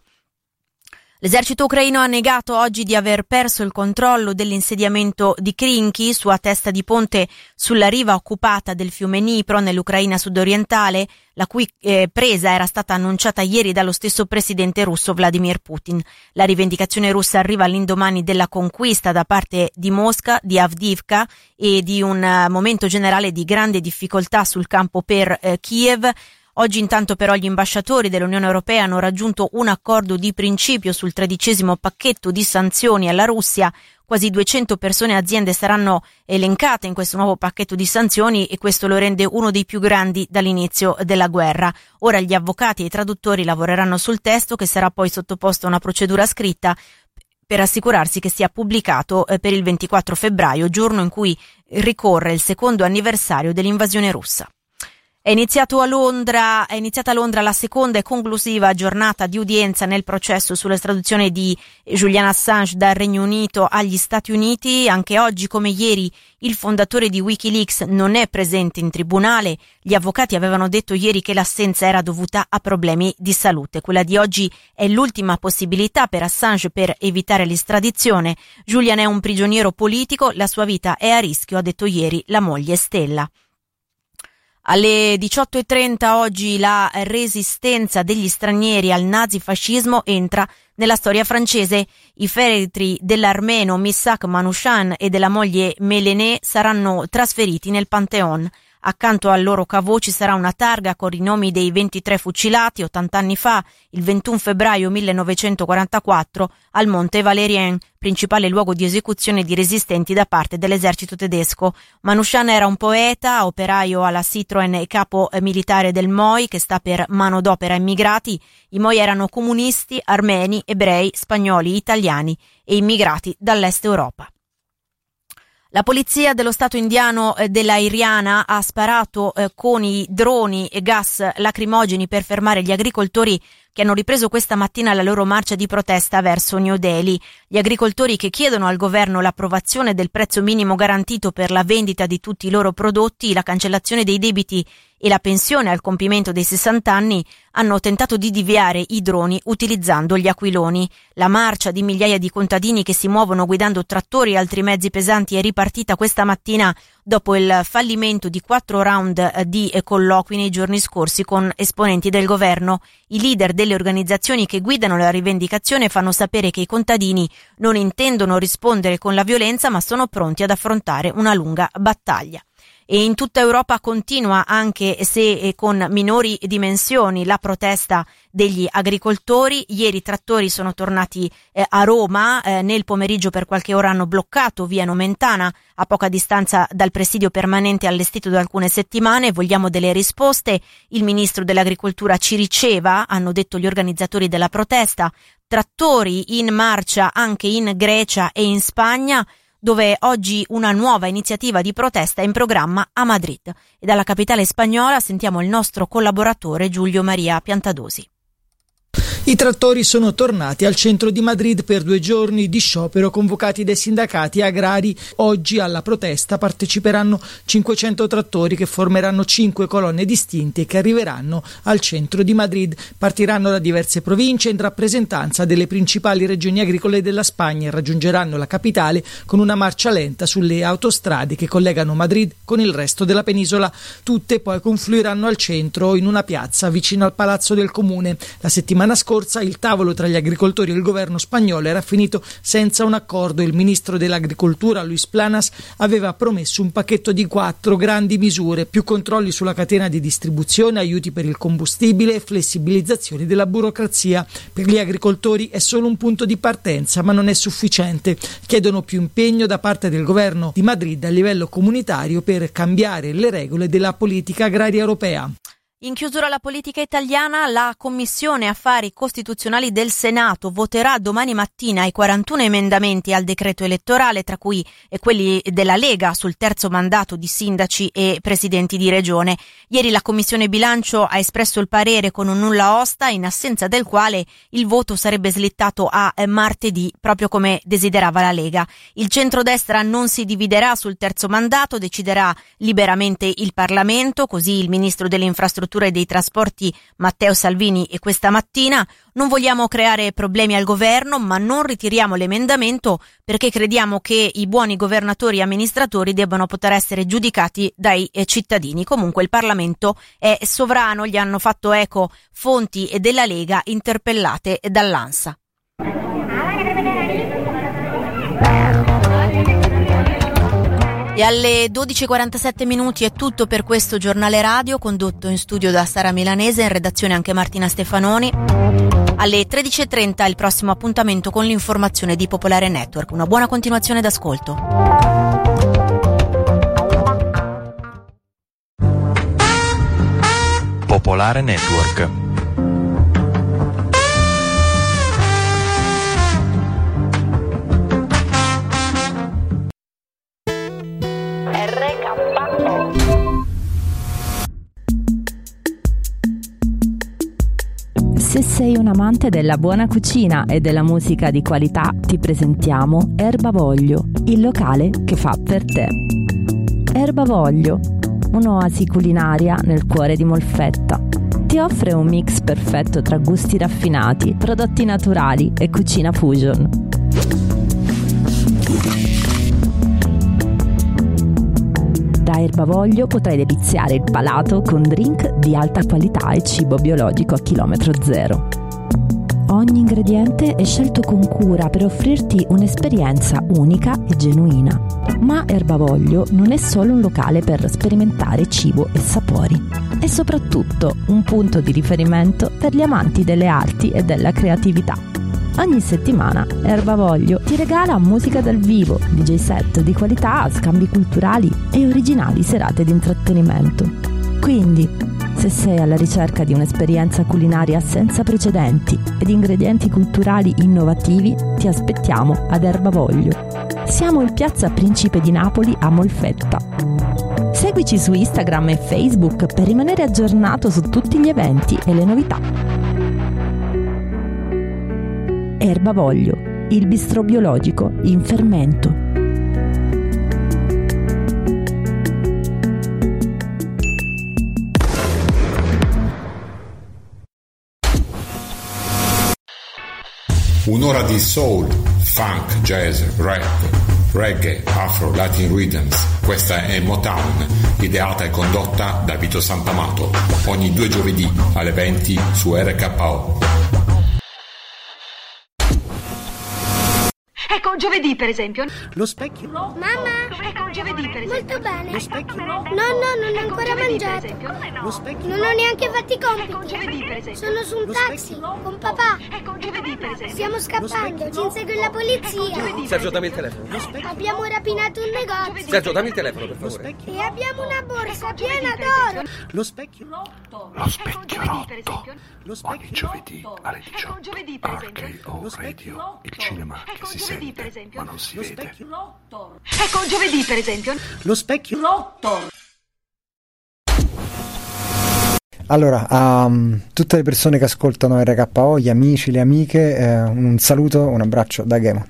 L'esercito ucraino ha negato oggi di aver perso il controllo dell'insediamento di Krinky, sua testa di ponte sulla riva occupata del fiume Dnipro nell'Ucraina sudorientale, la cui presa era stata annunciata ieri dallo stesso presidente russo Vladimir Putin. La rivendicazione russa arriva all'indomani della conquista da parte di Mosca di Avdiivka e di un momento generale di grande difficoltà sul campo per Kiev. Oggi intanto però gli ambasciatori dell'Unione Europea hanno raggiunto un accordo di principio sul 13° pacchetto di sanzioni alla Russia. Quasi 200 persone e aziende saranno elencate in questo nuovo pacchetto di sanzioni e questo lo rende uno dei più grandi dall'inizio della guerra. Ora gli avvocati e i traduttori lavoreranno sul testo, che sarà poi sottoposto a una procedura scritta per assicurarsi che sia pubblicato per il 24 febbraio, giorno in cui ricorre il secondo anniversario dell'invasione russa. È iniziata a Londra la seconda e conclusiva giornata di udienza nel processo sull'estradizione di Julian Assange dal Regno Unito agli Stati Uniti. Anche oggi, come ieri, il fondatore di Wikileaks non è presente in tribunale. Gli avvocati avevano detto ieri che l'assenza era dovuta a problemi di salute. Quella di oggi è l'ultima possibilità per Assange per evitare l'estradizione. Julian è un prigioniero politico, la sua vita è a rischio, ha detto ieri la moglie Stella. Alle 18:30 oggi la resistenza degli stranieri al nazifascismo entra nella storia francese. I feretri dell'armeno Missak Manouchian e della moglie Mélenée saranno trasferiti nel Pantheon. Accanto al loro caveau ci sarà una targa con i nomi dei 23 fucilati 80 anni fa, il 21 febbraio 1944, al Monte Valérien, principale luogo di esecuzione di resistenti da parte dell'esercito tedesco. Manouchian era un poeta, operaio alla Citroën e capo militare del MOI, che sta per manodopera immigrati. I MOI erano comunisti, armeni, ebrei, spagnoli, italiani e immigrati dall'est Europa. La polizia dello Stato indiano della Haryana ha sparato con i droni e gas lacrimogeni per fermare gli agricoltori che hanno ripreso questa mattina la loro marcia di protesta verso New Delhi. Gli agricoltori, che chiedono al governo l'approvazione del prezzo minimo garantito per la vendita di tutti i loro prodotti, la cancellazione dei debiti e la pensione al compimento dei 60 anni, hanno tentato di deviare i droni utilizzando gli aquiloni. La marcia di migliaia di contadini che si muovono guidando trattori e altri mezzi pesanti è ripartita questa mattina dopo il fallimento di 4 round di colloqui nei giorni scorsi con esponenti del governo. I leader delle organizzazioni che guidano la rivendicazione fanno sapere che i contadini non intendono rispondere con la violenza, ma sono pronti ad affrontare una lunga battaglia. E in tutta Europa continua, anche se con minori dimensioni, la protesta degli agricoltori. Ieri i trattori sono tornati a Roma, nel pomeriggio per qualche ora hanno bloccato via Nomentana, a poca distanza dal presidio permanente allestito da alcune settimane. Vogliamo delle risposte, il ministro dell'agricoltura ci riceva, hanno detto gli organizzatori della protesta. trattori in marcia anche in Grecia e in Spagna, dove oggi una nuova iniziativa di protesta è in programma a Madrid. E dalla capitale spagnola sentiamo il nostro collaboratore Giulio Maria Piantadosi. I trattori sono tornati al centro di Madrid per 2 giorni di sciopero convocati dai sindacati agrari. Oggi alla protesta parteciperanno 500 trattori che formeranno 5 colonne distinte e che arriveranno al centro di Madrid. Partiranno da diverse province in rappresentanza delle principali regioni agricole della Spagna e raggiungeranno la capitale con una marcia lenta sulle autostrade che collegano Madrid con il resto della penisola. Tutte poi confluiranno al centro in una piazza vicino al Palazzo del Comune. La settimana scorsa il tavolo tra gli agricoltori e il governo spagnolo era finito senza un accordo. Il ministro dell'agricoltura Luis Planas aveva promesso un pacchetto di 4 grandi misure: più controlli sulla catena di distribuzione, aiuti per il combustibile e flessibilizzazione della burocrazia. Per gli agricoltori è solo un punto di partenza, ma non è sufficiente. Chiedono più impegno da parte del governo di Madrid a livello comunitario per cambiare le regole della politica agraria europea. In chiusura alla politica italiana, la Commissione Affari Costituzionali del Senato voterà domani mattina i 41 emendamenti al decreto elettorale, tra cui quelli della Lega sul terzo mandato di sindaci e presidenti di regione. Ieri la Commissione Bilancio ha espresso il parere con un nulla osta, in assenza del quale il voto sarebbe slittato a martedì, proprio come desiderava la Lega. Il centrodestra non si dividerà sul terzo mandato, deciderà liberamente il Parlamento, così il ministro delle infrastrutture e dei trasporti Matteo Salvini e questa mattina: non vogliamo creare problemi al governo, ma non ritiriamo l'emendamento perché crediamo che i buoni governatori e amministratori debbano poter essere giudicati dai cittadini. Comunque il Parlamento è sovrano, gli hanno fatto eco fonti della Lega interpellate dall'ANSA. E alle 12:47 è tutto per questo giornale radio, condotto in studio da Sara Milanese, in redazione anche Martina Stefanoni. Alle 13:30 il prossimo appuntamento con l'informazione di Popolare Network. Una buona continuazione d'ascolto. Popolare Network. Se sei un amante della buona cucina e della musica di qualità, ti presentiamo Erbavoglio, il locale che fa per te. Erbavoglio, un'oasi culinaria nel cuore di Molfetta. Ti offre un mix perfetto tra gusti raffinati, prodotti naturali e cucina fusion. Da Erbavoglio potrai deliziare il palato con drink di alta qualità e cibo biologico a chilometro zero. Ogni ingrediente è scelto con cura per offrirti un'esperienza unica e genuina. Ma Erbavoglio non è solo un locale per sperimentare cibo e sapori. È soprattutto un punto di riferimento per gli amanti delle arti e della creatività. Ogni settimana Erbavoglio ti regala musica dal vivo, DJ set di qualità, scambi culturali e originali serate di intrattenimento. Quindi, se sei alla ricerca di un'esperienza culinaria senza precedenti ed ingredienti culturali innovativi, ti aspettiamo ad Erbavoglio. Siamo in piazza Principe di Napoli a Molfetta. Seguici su Instagram e Facebook per rimanere aggiornato su tutti gli eventi e le novità. Erbavoglio, il bistrò biologico in fermento. Un'ora di soul, funk, jazz, rap, reggae, afro, latin rhythms. Questa è Motown, ideata e condotta da Vito Santamato. Ogni 2 giovedì alle 20 su RKO. Ecco, giovedì per esempio. Lo specchio. Mamma, ecco, giovedì per esempio. Molto bene. Lo specchio. No, non ho ancora mangiato. Lo specchio. Non ho neanche fatto i compiti. Ecco, giovedì per esempio. Sono su un taxi con papà. Ecco, giovedì per esempio. Stiamo scappando, ci insegue la polizia. Sergio, dammi il telefono. Abbiamo rapinato un negozio. Sergio, dammi il telefono, per favore. E abbiamo una borsa piena d'oro. Lo specchio. Lo specchio rotto. Ogni giovedì alle 18. RKO Radio, il cinema che si sente ma non si vede. Ecco, giovedì per esempio. Lo specchio rotto. Allora, a tutte le persone che ascoltano RKO, gli amici, le amiche, un saluto, un abbraccio da Ghemo.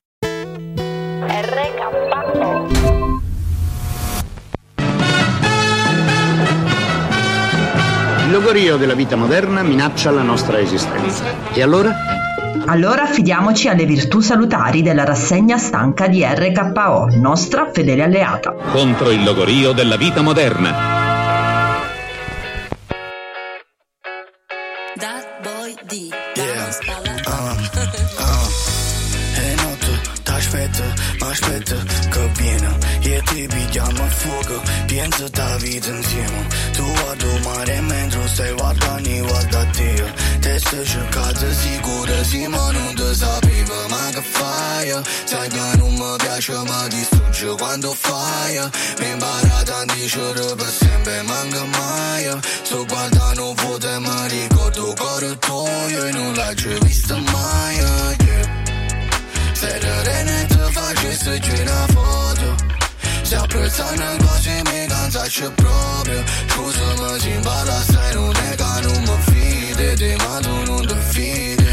Il logorio della vita moderna minaccia la nostra esistenza. E allora? Allora affidiamoci alle virtù salutari della rassegna stanca di RKO, nostra fedele alleata. Contro il logorio della vita moderna. Aspetta che viene e ti pigliamo a fuoco, penso da vita insieme. Tu guarda il mare mentre stai guardando, guarda te. Te stai cercando sicura, sì ma non ti sapevo. Ma che fai? Sai che non mi piace ma distrugge quando fai. Mi impara tanti giorni per sempre, manca mai. Sto guardando foto e mi ricordo il cuore tuo e non l'hai visto mai, yeah. Se ne te facessi una foto, se apprezzano cose mi cansaci proprio. Scusami se impara stai, non è che non mi fidi di, ma tu non ti fidi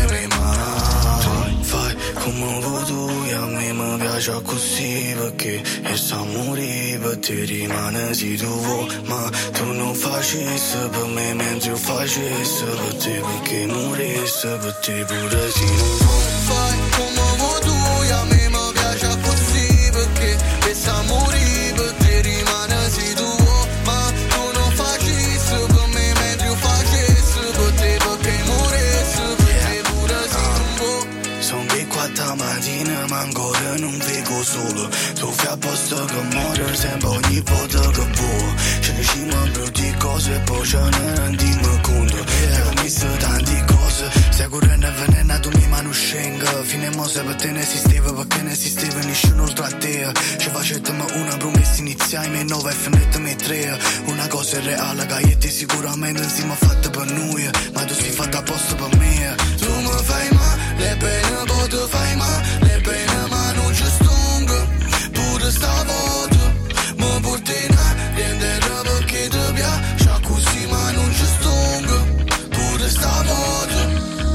mai. Tu fai come vuoi tu e a me mi piace così, perché e sa morire per te rimane se tu vuoi. Ma tu non facessi per me mentre io facessi per te, perché morissi per te pure se non vuoi. Fai come vuoi tu e a me mi piace così, perché e sa morire per te rimane se tu vuoi. Ma tu non facessi per me mentre io facessi per te, perché morissi per te pure se non vuoi. Sono qui 4 mattina ma ancora non vedo solo. Tu fai a posto che muore sempre ogni volta che vuoi. Ci diciamo brutte cose e poi ce ne rendiamo conto. Io ho messo tante cose, sicuro ne avvelenato mi mano scenga. Fine mosse per te ne esisteva, perché ne esisteva nessuno oltre a te. Ci facetemi una promessa iniziale, me 9 e finitemi 3. Una cosa è reale che io ti sicuramente siamo fatte per noi, ma tu sei fatta apposta per me. Tu mi fai male bene, poi tu fai male bene, ma non ci stungo. Pure stavolta mi porti in aria perché ti piace così, ma non ci stungo. Pure stavolta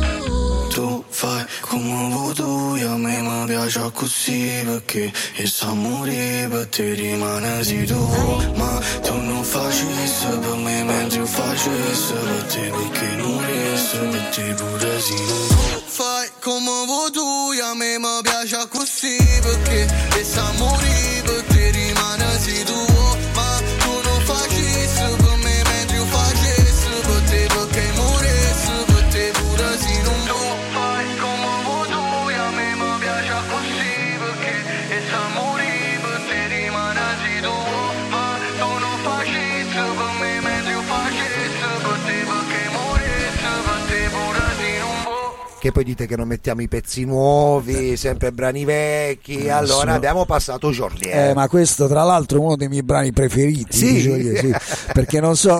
tu fai come vuoi tu e a me mi piace così, perché e sa morire per te rimane se tu vuoi. Ma tu non facessi per me mentre io facessi per te, perché morissi per te pure se non vuoi. Fai come vuoi tu e a me mi piace così, perché e sa morire per te rimane se tu vuoi. Ma tu non facessi per me mentre io facessi per te, perché morissi per te pure se non vuoi. Fai come vuoi tu e a me mi piace così, perché e sa morire per te rimane se tu vuoi. Ma tu non facessi per me mentre io facessi per te, perché morissi per te pure se non vuoi. Che poi dite che non mettiamo i pezzi nuovi, sempre brani vecchi. Allora abbiamo passato Joliet. Ma questo tra l'altro è uno dei miei brani preferiti. Sì, Joliet, sì. Perché non so,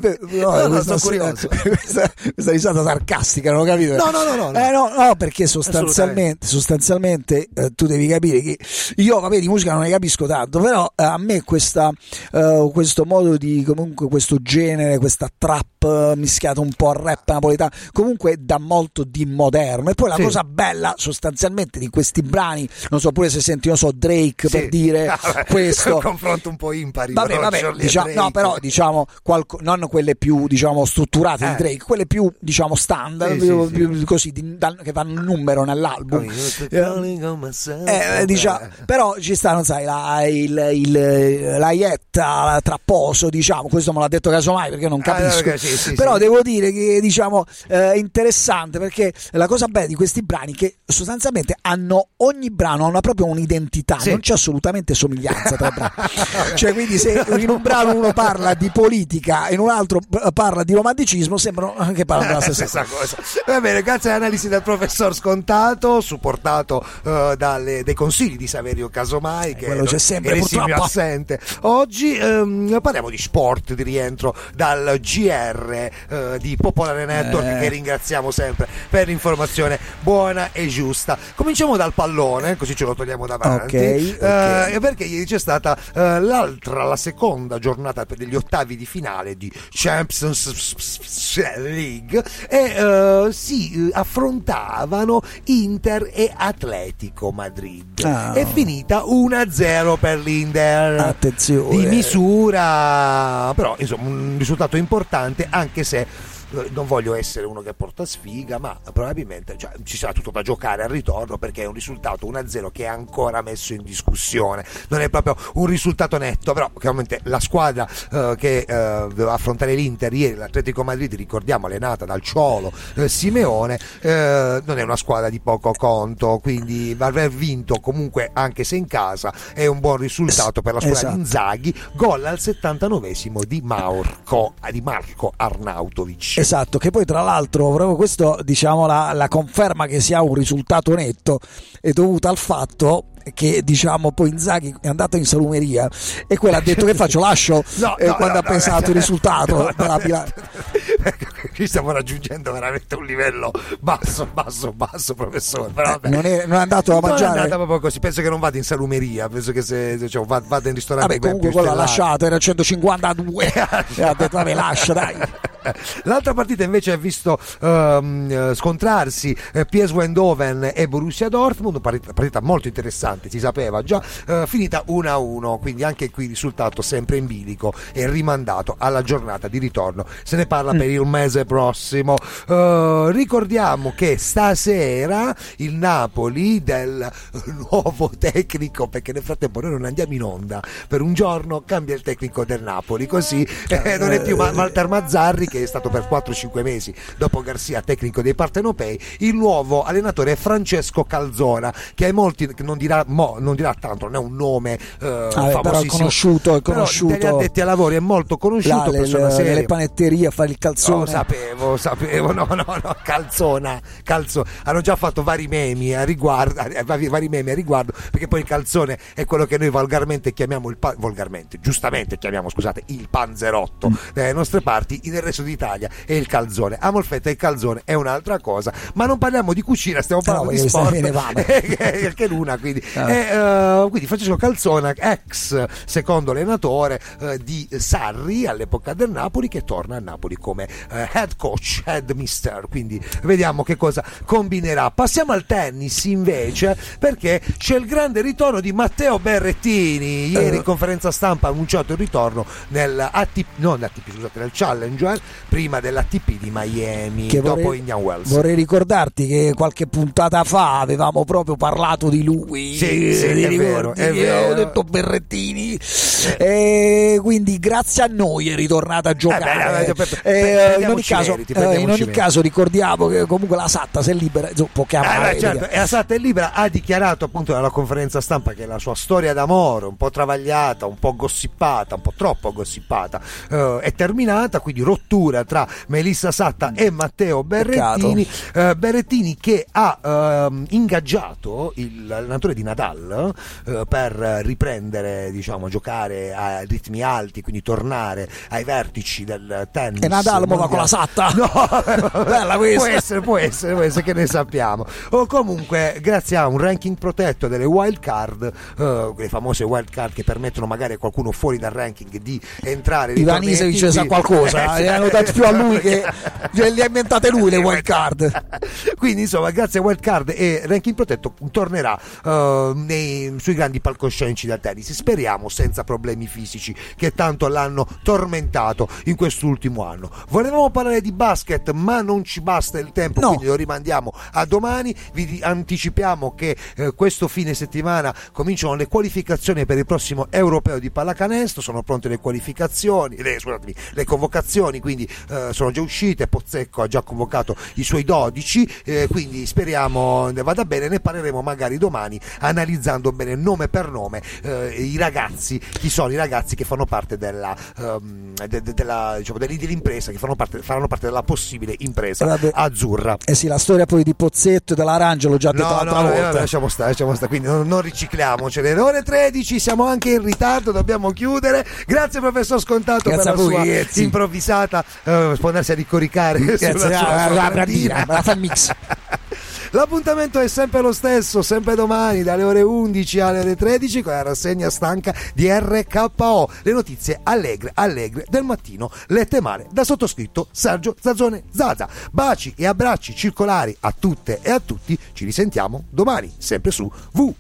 questa risata sarcastica, non ho capito. No, perché sostanzialmente tu devi capire che io, vabbè, di musica non ne capisco tanto, però a me questo modo di, comunque questo genere, questa trap mischiata un po' a rap napoletano, comunque dà molto di moderno. E poi la cosa bella sostanzialmente di questi brani, non so, pure se senti, non so, Drake, per dire questo, un confronto un po' impari. Vabbè, diciamo, no, però diciamo non quelle più, diciamo, strutturate di Drake, quelle più, diciamo, standard, più così, che vanno numero nell'album. Diciamo, però ci sta, non sai, la ietta trapposo, diciamo, questo me l'ha detto casomai perché non capisco, però devo dire che, diciamo, è interessante perché la cosa bella di questi brani è che sostanzialmente ogni brano ha proprio un'identità, non c'è assolutamente somiglianza tra i brani. Cioè, quindi se in un brano uno parla di politica e in un altro parla di romanticismo, sembrano che parlano della stessa cosa. Va bene, grazie all'analisi del professor Scontato, supportato dai consigli di Saverio Casomai, che c'è sempre, è l'esimio assente. Oggi parliamo di sport, di rientro dal GR di Popolare Network, che ringraziamo sempre per l'informazione buona e giusta. Cominciamo dal pallone, così ce lo togliamo davanti. Okay. Perché ieri c'è stata la seconda giornata degli ottavi di finale di Champions League e si affrontavano Inter e Atletico Madrid. È finita 1-0 per l'Inter. Attenzione. Di misura, però insomma un risultato importante, anche se non voglio essere uno che porta sfiga, ma probabilmente ci sarà tutto da giocare al ritorno, perché è un risultato 1-0 che è ancora messo in discussione. Non è proprio un risultato netto, però chiaramente la squadra che doveva affrontare l'Inter ieri, l'Atletico Madrid, ricordiamo allenata dal Ciolo Simeone, non è una squadra di poco conto, quindi aver vinto comunque, anche se in casa, è un buon risultato per la squadra di Inzaghi. Gol al 79esimo di Marco Arnautovic. Esatto, che poi tra l'altro proprio questo, diciamo, la conferma che sia un risultato netto è dovuta al fatto che, diciamo, poi Inzaghi è andato in salumeria e quello ha detto: che faccio, lascio? Quando ha pensato il risultato della bilancia. Qui stiamo raggiungendo veramente un livello basso, professore. Però non è andato a mangiare. Non è andata proprio così. Penso che non vada in salumeria, penso che se vada in ristorante. Comunque quello ha lasciato, era 152 e ha detto: vabbè, lascia, dai. L'altra partita invece ha visto scontrarsi PSV Eindhoven e Borussia Dortmund, partita molto interessante, si sapeva già, finita 1-1, quindi anche qui risultato sempre in bilico e rimandato alla giornata di ritorno. Se ne parla per il mese prossimo. Ricordiamo che stasera il Napoli del nuovo tecnico, perché nel frattempo noi non andiamo in onda per un giorno, cambia il tecnico del Napoli, così non è più Walter Mazzarri, che è stato per 4-5 mesi dopo Garcia tecnico dei partenopei. Il nuovo allenatore è Francesco Calzona, che ai molti non dirà tanto, non è un nome famosissimo, però è conosciuto dagli addetti ai lavori è molto conosciuto, persona seria. Nelle panetterie a fare il calzone. Sapevo, no, Calzona, hanno già fatto vari memi a riguardo, perché poi il calzone è quello che noi volgarmente chiamiamo il panzerotto nelle nostre parti. Nel resto d'Italia è il calzone. A Molfetta il calzone è un'altra cosa, ma non parliamo di cucina, stiamo parlando di sport, che l'una, quindi Francesco Calzona, ex secondo allenatore di Sarri all'epoca del Napoli, che torna a Napoli come head coach, head mister, quindi vediamo che cosa combinerà. Passiamo al tennis invece, perché c'è il grande ritorno di Matteo Berrettini. Ieri in conferenza stampa ha annunciato il ritorno nel Challenger, prima dell'ATP di Miami, dopo Indian Wells. Vorrei ricordarti che qualche puntata fa avevamo proprio parlato di lui. Sì, è vero. Ho detto Berrettini, quindi grazie a noi è ritornato a giocare. In ogni caso ricordiamo che comunque la Satta, se è libera, può chiamare. Certo, e la Satta è libera. Ha dichiarato appunto nella conferenza stampa che la sua storia d'amore, un po' travagliata, un po' gossipata, un po' troppo gossipata, è terminata, quindi rottura tra Melissa Satta e Matteo Berrettini. Berrettini che ha ingaggiato l'allenatore di Nadal per riprendere, diciamo, giocare a ritmi alti, quindi tornare ai vertici del tennis. E Nadal va con la Satta? No, bella questa. Può essere che ne sappiamo. O comunque grazie a un ranking protetto delle wild card, le famose wild card che permettono magari a qualcuno fuori dal ranking di entrare. Ivan Isevic sa qualcosa, le hanno dato più a lui che le ha inventate lui le wild card. Quindi insomma, grazie a wild card e ranking protetto tornerà sui grandi palcoscenici del tennis, speriamo senza problemi fisici che tanto l'hanno tormentato in quest'ultimo anno. Volevamo parlare di basket, ma non ci basta il tempo, quindi lo rimandiamo a domani. Vi anticipiamo che questo fine settimana cominciano le qualificazioni per il prossimo europeo di pallacanestro, sono pronte le qualificazioni, le convocazioni, quindi quindi sono già uscite. Pozzecco ha già convocato i suoi 12, quindi speriamo ne vada bene. Ne parleremo magari domani, analizzando bene nome per nome i ragazzi, chi sono i ragazzi che fanno parte dell'impresa, che faranno parte della possibile impresa azzurra. Sì, la storia poi di Pozzetto e dell'Arancio l'ho già detto l'altra volta. Lasciamo stare, quindi non ricicliamocele. Le ore 13, siamo anche in ritardo, dobbiamo chiudere. Grazie professor Scontato. Grazie per la sua improvvisata ponersi a ricoricare la fa mix. L'appuntamento è sempre lo stesso, sempre domani dalle ore 11 alle ore 13 con la rassegna stanca di RKO, le notizie allegre del mattino, lette male da sottoscritto Sergio Zazzone Zaza. Baci e abbracci circolari a tutte e a tutti, ci risentiamo domani sempre su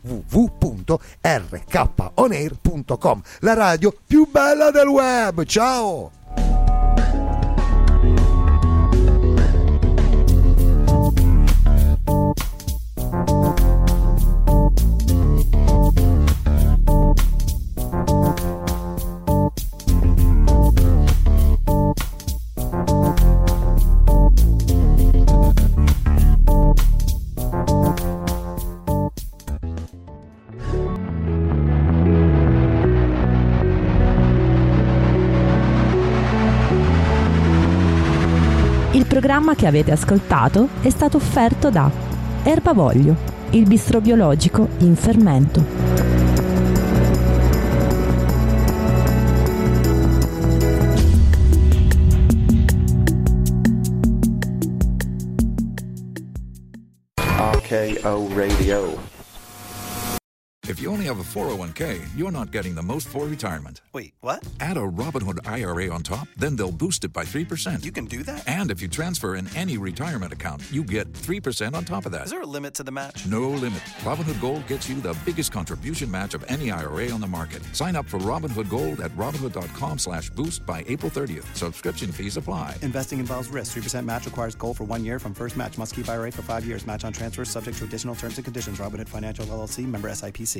www.rkonair.com, la radio più bella del web. Ciao! Il programma che avete ascoltato è stato offerto da Erbavoglio, il bistro biologico in fermento. RKO Radio. If you only have a 401k, you're not getting the most for retirement. Wait, what? Add a Robinhood IRA on top, then they'll boost it by 3%. You can do that? And if you transfer in any retirement account, you get 3% on top of that. Is there a limit to the match? No limit. Robinhood Gold gets you the biggest contribution match of any IRA on the market. Sign up for Robinhood Gold at Robinhood.com/boost by April 30th. Subscription fees apply. Investing involves risk. 3% match requires gold for 1 year from first match. Must keep IRA for 5 years. Match on transfers subject to additional terms and conditions. Robinhood Financial LLC, member SIPC.